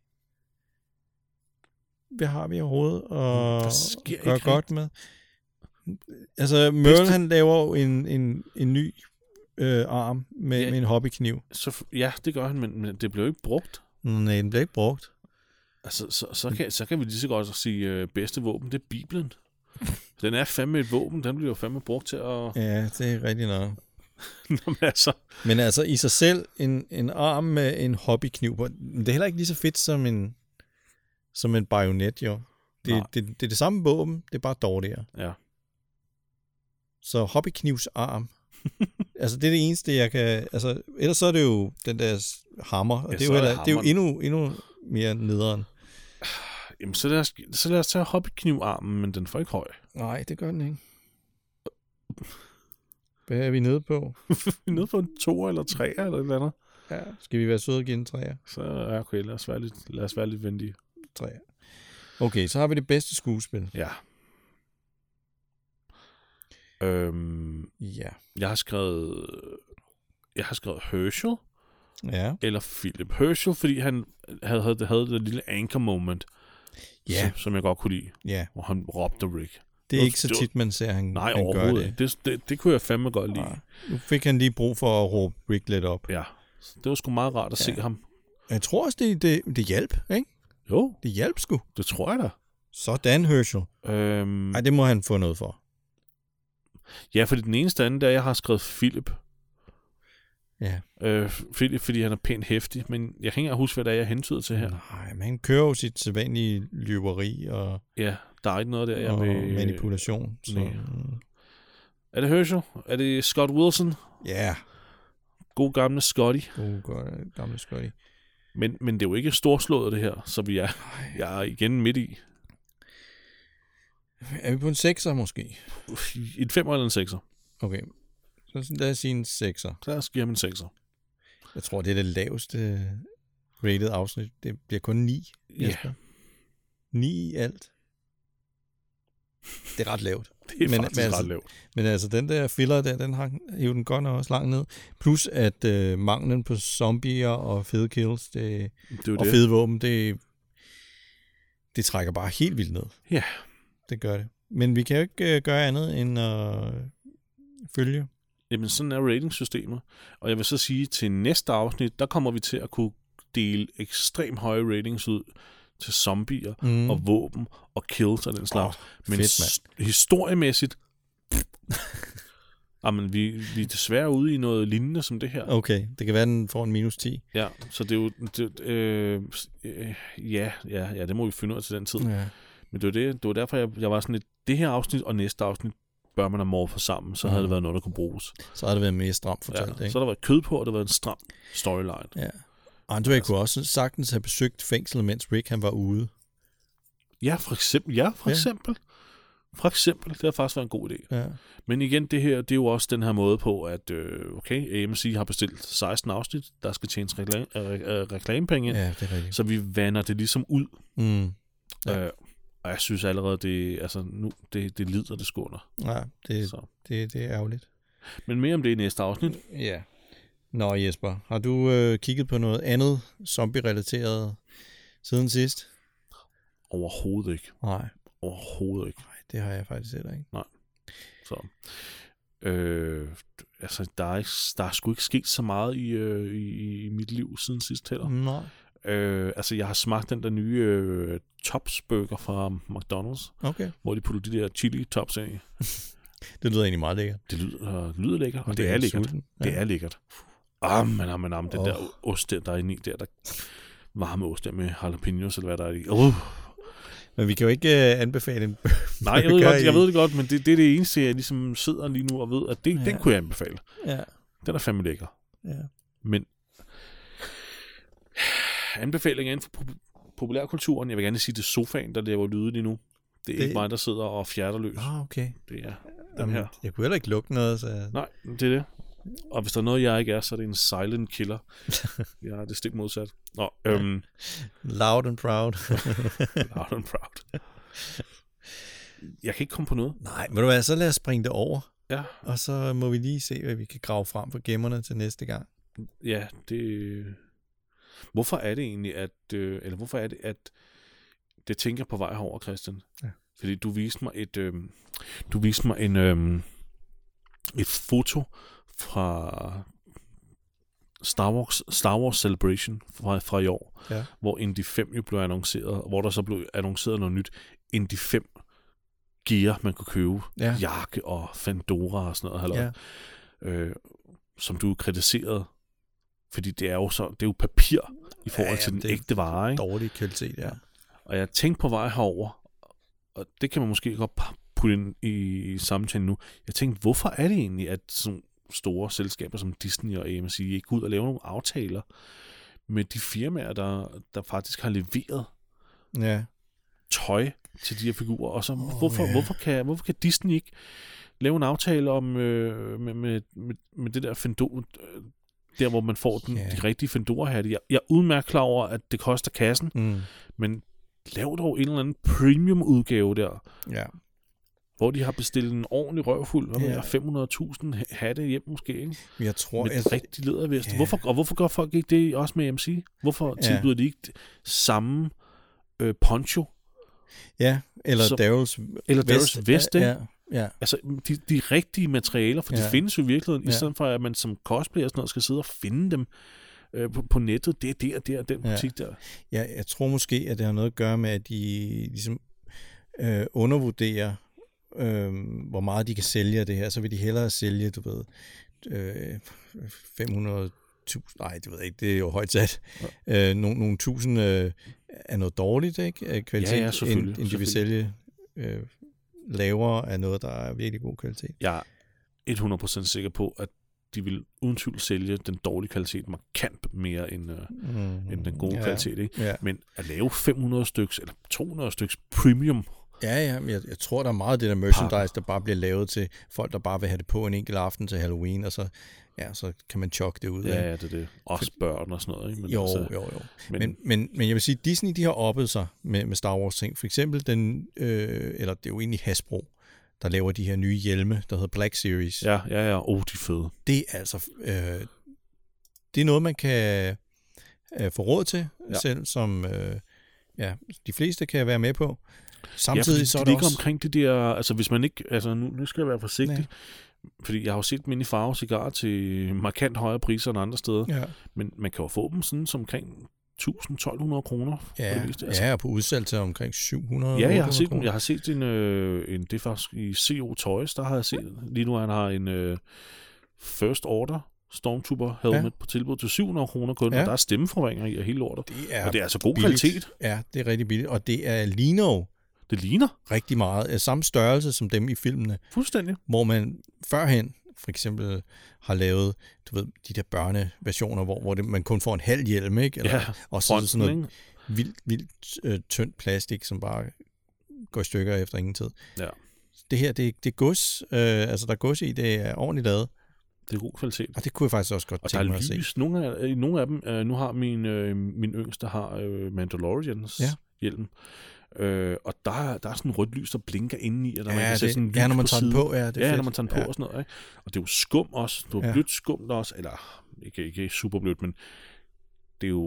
Hvad har vi overhovedet at gøre godt med? Altså, Merle, han laver jo en ny arm med en hobbykniv. Ja, det gør han, men det blev ikke brugt. Nej, den bliver ikke brugt. Altså, så kan vi lige så godt sige, bedste våben, det er Bibelen. Den er fandme et våben, den bliver jo fandme brugt til at... Ja, det er rigtigt nok. Men altså i sig selv, en arm med en hobbykniv på, det er heller ikke lige så fedt som en bajonet, jo. Det er det samme våben, det er bare dårligere. Ja. Så hobbyknivsarm. Altså det er det eneste, jeg kan... Altså, ellers så er det jo den der hammer, og det er jo endnu mere nederen. Jamen, så lad os tage hobbyknivarmen, men den får ikke høj. Nej, det gør den ikke. Hvad er vi nede på? Vi er nede på en 2 eller 3 eller et eller andet. Ja, skal vi være søde og give en 3'er? Så okay, lad os være lidt venlige. 3'er. Okay, så har vi det bedste skuespil. Ja. Ja. Jeg har skrevet Herschel. Ja. Eller Philip Herschel, fordi han havde det lille anchor moment, som jeg godt kunne lide. Ja. Hvor han råbte Rick. Det er ikke så tit, man ser, han overhovedet gør det. Det kunne jeg fandme godt lide. Nej. Nu fik han lige brug for at råbe Rick lidt op. Ja, det var sgu meget rart at se ham. Jeg tror også, det hjalp, ikke? Jo. Det hjalp sgu. Det tror jeg da. Sådan, Herschel. Ej, det må han få noget for. Ja, fordi den eneste anden, der jeg har skrevet Philip. Ja. Philip, fordi han er pænt hæftig, men jeg kan ikke huske, hvad det er, jeg hentyder til her. Nej, men han kører jo sit sædvanlige løberi og... Ja, der er ikke noget der, jeg vil... manipulation. Så... Er det Herschel? Er det Scott Wilson? Ja. God gamle Scotty. God gamle Scotty. Men det er jo ikke storslået, det her, så jeg er igen midt i. Er vi på en 6'er måske? En 5'er eller en 6'er. Okay. Så lad os sige en 6'er. Så lad os give ham en 6'er. Jeg tror, det er det laveste rated afsnit. Det bliver kun 9. Ja. 9 i alt. Det er ret lavt. Det er faktisk ret lavt. Men altså, den der filler der, den har jo den godt også langt ned. Plus, at manglen på zombier og fede kills, og fede våben, det trækker bare helt vildt ned. Ja. Det gør det. Men vi kan jo ikke gøre andet end at følge. Jamen, sådan er ratingsystemet. Og jeg vil så sige, til næste afsnit, der kommer vi til at kunne dele ekstremt høje ratings ud til zombier og våben og kills og den slags. Men historiemæssigt jamen, vi er desværre ude i noget lignende som det her. Okay, det kan være, den får en -10. Ja, så det er jo... det må vi finde ud af til den tid. Ja. Men det var derfor, jeg var sådan lidt... Det her afsnit og næste afsnit bør man have morfet sammen, så havde det været noget, der kunne bruges. Så havde det været mere stramt fortalt, ikke? Så havde der været kød på, og det var en stram storyline. Ja. Andre kunne også sagtens have besøgt fængslet, mens Rick han var ude. Ja, for eksempel. For eksempel. Det har faktisk været en god idé. Ja. Men igen, det her, det er jo også den her måde på, at AMC har bestilt 16 afsnit, der skal tjenes reklamepenge ind. Ja, det er rigtigt. Så vi vander det ligesom ud. Ja. Og jeg synes allerede, det lider det skåner. Ja, det er ærgerligt. Men mere om det i næste afsnit. Ja. Nå Jesper, har du kigget på noget andet zombie-relateret siden sidst? Overhovedet ikke. Nej. Overhovedet ikke. Nej, det har jeg faktisk heller ikke. Nej. Så. Der er sgu ikke sket så meget i mit liv siden sidst heller. Nej. Jeg har smagt den der nye Tops burger fra McDonald's. Okay. Hvor de putter de der chili tops ind i. Det lyder egentlig meget lækkert. Det lyder lækkert, og det er lækkert. Ja. Det er lækkert. Men den der ost der er inde i, der varme ost der med jalapenos, eller hvad der er i. Men vi kan jo ikke anbefale en nej, jeg ved det godt, men det er det eneste, jeg ligesom sidder lige nu og ved, at den kunne jeg anbefale. Ja. Den er fandme lækker. Ja. Men anbefalinger inden for populærkulturen, jeg vil gerne sige, det er sofaen, der laver lyde lige nu. Det er ikke mig, der sidder og fjerter løs. Okay. Det er den her. Jeg kunne heller ikke lugte noget, så... Nej, det er det. Og hvis der er noget, jeg ikke er, så er det en silent killer. Jeg er det stik modsat. Loud and proud. Loud and proud. Jeg kan ikke komme på noget. Nej, ved du hvad, så lad os springe det over. Ja. Og så må vi lige se, hvad vi kan grave frem for gemmerne til næste gang. Ja, det... Hvorfor er det egentlig, at det tænker på vej herover, Christian? Ja. Fordi du viste mig et foto fra Star Wars Celebration fra i år, ja. hvor Indy 5 jo blev annonceret, hvor der så blev annonceret noget nyt. Indy 5 gear, man kunne købe, jakke og Fandora og sådan noget, som du kritiserede, fordi det er jo papir i forhold til den ægte vare, ikke? Dårlig kvalitet, ja. Og jeg tænkte på vej herover, og det kan man måske godt putte ind i samtalen nu. Jeg tænkte, hvorfor er det egentlig, at sådan store selskaber som Disney og AMC ikke går ud og laver nogle aftaler med de firmaer, der faktisk har leveret tøj til de her figurer, og så hvorfor kan Disney ikke lave en aftale om med det der Fandora, der hvor man får de rigtige Fandora-hatte. Jeg er udmærket klar over, at det koster kassen, men lav dog en eller anden premium-udgave der, hvor de har bestilt en ordentlig røvfuld, 500.000 hatte hjem måske, ikke? Jeg tror, med rigtig lædervest. Hvorfor gør folk ikke det også med AMC? Hvorfor tilbyder de ikke samme poncho? Ja, eller Daryl's vest, ja. Altså, de rigtige materialer, for de findes jo i virkeligheden, i stedet for, at man som cosplayer og sådan noget skal sidde og finde dem på nettet. Det er den butik der. Ja, jeg tror måske, at det har noget at gøre med, at de ligesom undervurderer, hvor meget de kan sælge af det her. Så vil de hellere sælge, 500.000, nej, det ved jeg ikke, det er jo højt sat. Nogle tusind er noget dårligt, ikke? Kvalitet, end de vil sælge lavere af noget, der er virkelig god kvalitet. Jeg er 100% sikker på, at de vil uden tvivl sælge den dårlige kvalitet markant mere end den gode kvalitet, ikke? Ja. Men at lave 500 styks eller 200 styks premium. Ja, men jeg tror, der er meget af det der merchandise, der bare bliver lavet til folk, der bare vil have det på en enkelt aften til Halloween, og så kan man chokke det ud. Ja, det er det. Også børn og sådan noget, ikke? Men jo. Men jeg vil sige, Disney, de har oppet sig med Star Wars ting. For eksempel eller det er jo egentlig Hasbro, der laver de her nye hjelme, der hedder Black Series. Ja. De er fede. Det er altså... det er noget, man kan få råd til, selv som de fleste kan være med på. Samtidig så er det ligger også omkring det der... Altså, hvis man ikke... Altså, nu skal jeg være forsigtig. Fordi jeg har jo set dem inde i farve cigarer til markant højere priser end andre steder. Ja. Men man kan jo få dem sådan som omkring 1.000-1.200 kroner. Ja, og på udsalg til omkring 700. Ja, jeg har set en det er faktisk i CO Toys, der har jeg set. Lige nu han har en First Order Stormtrooper helmet på tilbud til 700 kroner kun, og der er stemmeforvrænger i og hele lortet. Og det er altså god kvalitet. Ja, det er rigtig billigt. Og det er Det ligner rigtig meget. Samme størrelse som dem i filmene. Fuldstændig. Hvor man førhen for eksempel har lavet, de der børneversioner, hvor man kun får en halv hjelm, ikke? Eller, og så sådan noget vildt tyndt plastik, som bare går i stykker efter ingen tid. Ja. Det her, det er gods. Altså, der er gods i, det er ordentligt lavet. Det er god kvalitet. Og det kunne jeg faktisk også godt tænke mig at se. Og der er lys. Nogle af dem, nu har min yngste har Mandalorians hjelm. Og der er sådan rødt lys, der blinker indeni, og der man kan sætte sådan en lys når man tager den på. Ja, det er fedt. Når man tager den på og sådan noget. Ikke? Og det er jo skum også. Det er blødt skum der også. Eller, ikke super blødt, men det er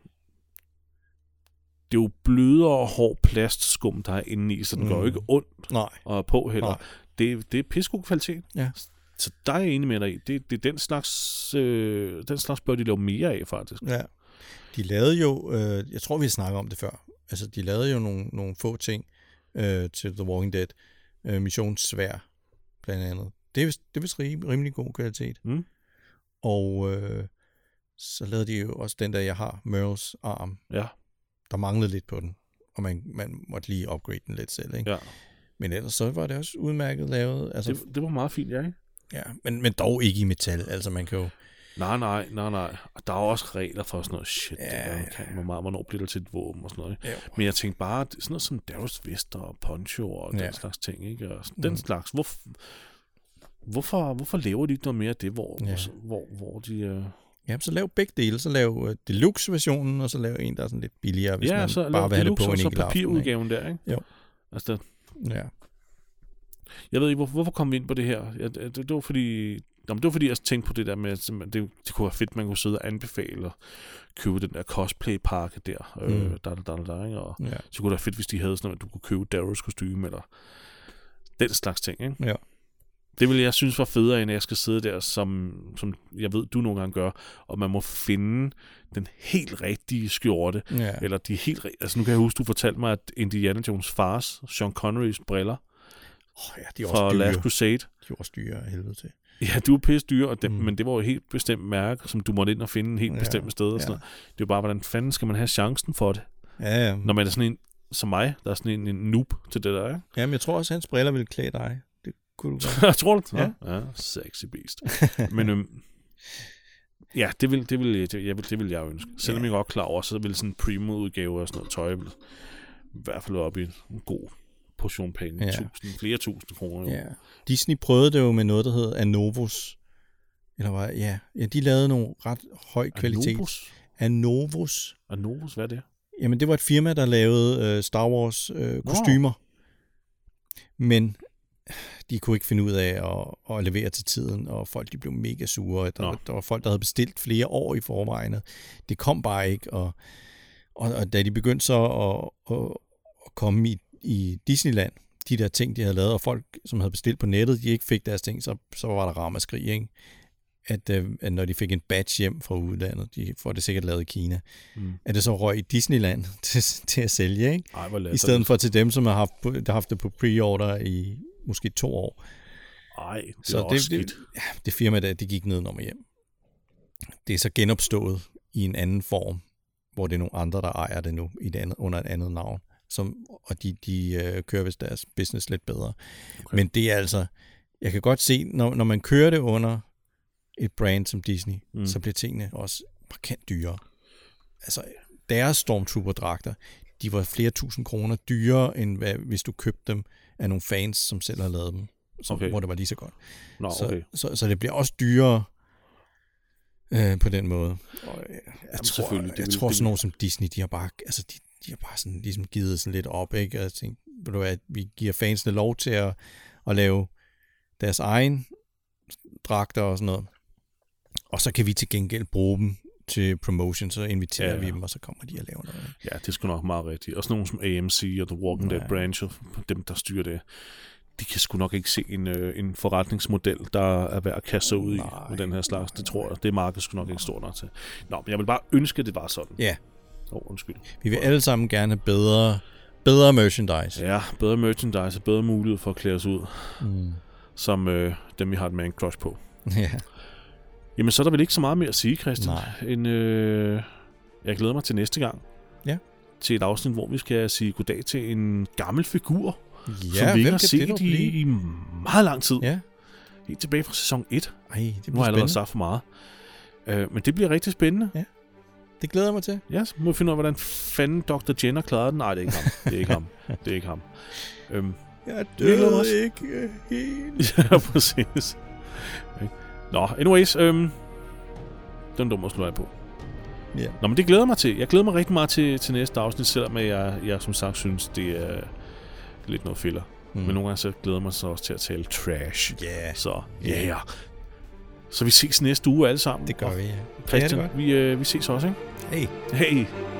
jo blødere og hård plastskum, der er indeni, så den gør jo ikke ondt og på heller. Det er pissegod kvalitet. Ja. Så der er jeg enig med dig i. Det er den slags bør de lave mere af, faktisk. Ja. De lavede jo, jeg tror vi har snakket om det før, altså de lavede jo nogle få ting til The Walking Dead. Missionssvær, blandt andet. Det er vist rimelig god kvalitet. Og så lavede de jo også den der, jeg har, Merles arm. Ja. Der manglede lidt på den, og man måtte lige upgrade den lidt selv, ikke? Ja. Men ellers så var det også udmærket lavet. Altså, det var meget fint, ikke? Ja, men dog ikke i metal. Altså man kan jo... Nej. Og der er også regler for sådan noget shit. Hvornår bliver det til et våben og sådan noget. Ikke? Men jeg tænkte bare, sådan noget som Daryl's vester og poncho og den slags ting. Ikke? Og den slags. Hvorfor laver de ikke noget mere af det, hvor de... Ja, så lav begge dele. Så lav deluxe-versionen, og så lav en, der er sådan lidt billigere, hvis man bare vil have det på en enkelt aften. Så papirudgaven der, ikke? Jo. Altså, Ja. jeg ved ikke, hvorfor kom vi ind på det her? Det var fordi, jeg tænkte på det der med, at det kunne være fedt, man kunne sidde og anbefale og købe den der cosplay-pakke der. Ikke? Og så kunne det være fedt, hvis de havde sådan noget, at du kunne købe Darrows kostume eller den slags ting. Ikke? Ja. Det ville jeg synes var federe, end at jeg skal sidde der, som jeg ved, du nogle gange gør, og man må finde den helt rigtige skjorte, eller de helt altså nu kan jeg huske, du fortalte mig, at Indiana Jones fars, Sean Connerys briller, de er fra også dyre. Last Crusade. De er også dyre af helvede til. Ja, du er pisse dyre, men det var jo et helt bestemt mærke, som du måtte ind og finde en helt bestemt sted. Og sådan noget. Det er jo bare, hvordan fanden skal man have chancen for det? Ja. Når man er sådan en, som mig, der er sådan en noob til det der, ikke? Jamen, jeg tror også, at hans briller ville klæde dig. Det kunne du godt. Tror du? Ja. Ja, sexy beast. Men ja, det vil jeg ønske. Selvom jeg er godt klar over, så vil sådan en premium-udgave og sådan noget tøj i hvert fald op i en god portion penge. Flere tusind kroner. Ja. Disney prøvede det jo med noget, der hedder Anovos. Eller hvad? Ja, de lavede nogle ret høj kvalitet. Anovos, hvad er det? Jamen, det var et firma, der lavede Star Wars kostymer. Men de kunne ikke finde ud af at levere til tiden, og folk de blev mega sure. Der var folk, der havde bestilt flere år i forvejen. Det kom bare ikke, og da de begyndte så at komme i Disneyland, de der ting, de havde lavet, og folk, som havde bestilt på nettet, de ikke fik deres ting, så var der ramaskrig, ikke? At når de fik en batch hjem fra udlandet, de får det sikkert lavet i Kina, at det så røg i Disneyland til at sælge, ikke? Ej, i stedet for til dem, som har haft det på pre-order i måske 2 år. Ej, det er også skidt. Det firma der, det gik nedenom og hjem. Det er så genopstået i en anden form, hvor det er nogle andre, der ejer det nu under et andet navn. Og de kører vist deres business lidt bedre. Okay. Men det er altså, jeg kan godt se, når man kører det under et brand som Disney, så bliver tingene også markant dyrere. Altså, deres Stormtrooper-dragter, de var flere tusind kroner dyrere, end hvis du købte dem af nogle fans, som selv har lavet dem, hvor det var lige så godt. Okay. Så det bliver også dyrere på den måde. Og jeg tror sådan noget som Disney, de har bare sådan ligesom givet sådan lidt op, ikke? Jeg tænkte, ved du hvad, vi giver fansene lov til at lave deres egen dragter og sådan noget. Og så kan vi til gengæld bruge dem til promotion, så inviterer vi dem, og så kommer de og laver noget. Ja, det er sgu nok meget rigtigt. Også nogen som AMC og The Walking Dead branch, dem der styrer det, de kan sgu nok ikke se en forretningsmodel, der er værd at kaste sig ud i med den her slags. Det tror jeg, det markedet sgu nok ikke stort nok til. Nå, men jeg vil bare ønske, at det var sådan. Ja. Undskyld. Vi vil alle sammen gerne have bedre merchandise. Ja, bedre merchandise og bedre mulighed for at klæde os ud. Som dem, vi har et man crush på. Ja. Jamen, så er der vel ikke så meget mere at sige, Christian. Nej. Jeg glæder mig til næste gang. Ja. Til et afsnit, hvor vi skal sige goddag til en gammel figur, som vi ikke har set i meget lang tid. Ja. Helt tilbage fra sæson 1. Det nu har jeg allerede sagt for meget. Men det bliver rigtig spændende. Ja. Det glæder jeg mig til. Ja, så må vi finde ud af, hvordan fanden Dr. Jenner klarede den. Nej, det er ikke ham. Det er ikke ham. Det er ikke ham. Jeg døde ikke helt. Ja, præcis. Nå, anyways, den dumme at slå af på. Yeah. Nå, men det glæder mig til. Jeg glæder mig rigtig meget til næste afsnit, selvom jeg som sagt synes, det er lidt noget filler. Men nogle gange så glæder mig så også til at tale trash. Yeah. Så, Så vi ses næste uge alle sammen. Det gør vi, ja. Christian, vi ses også, ikke? Hey.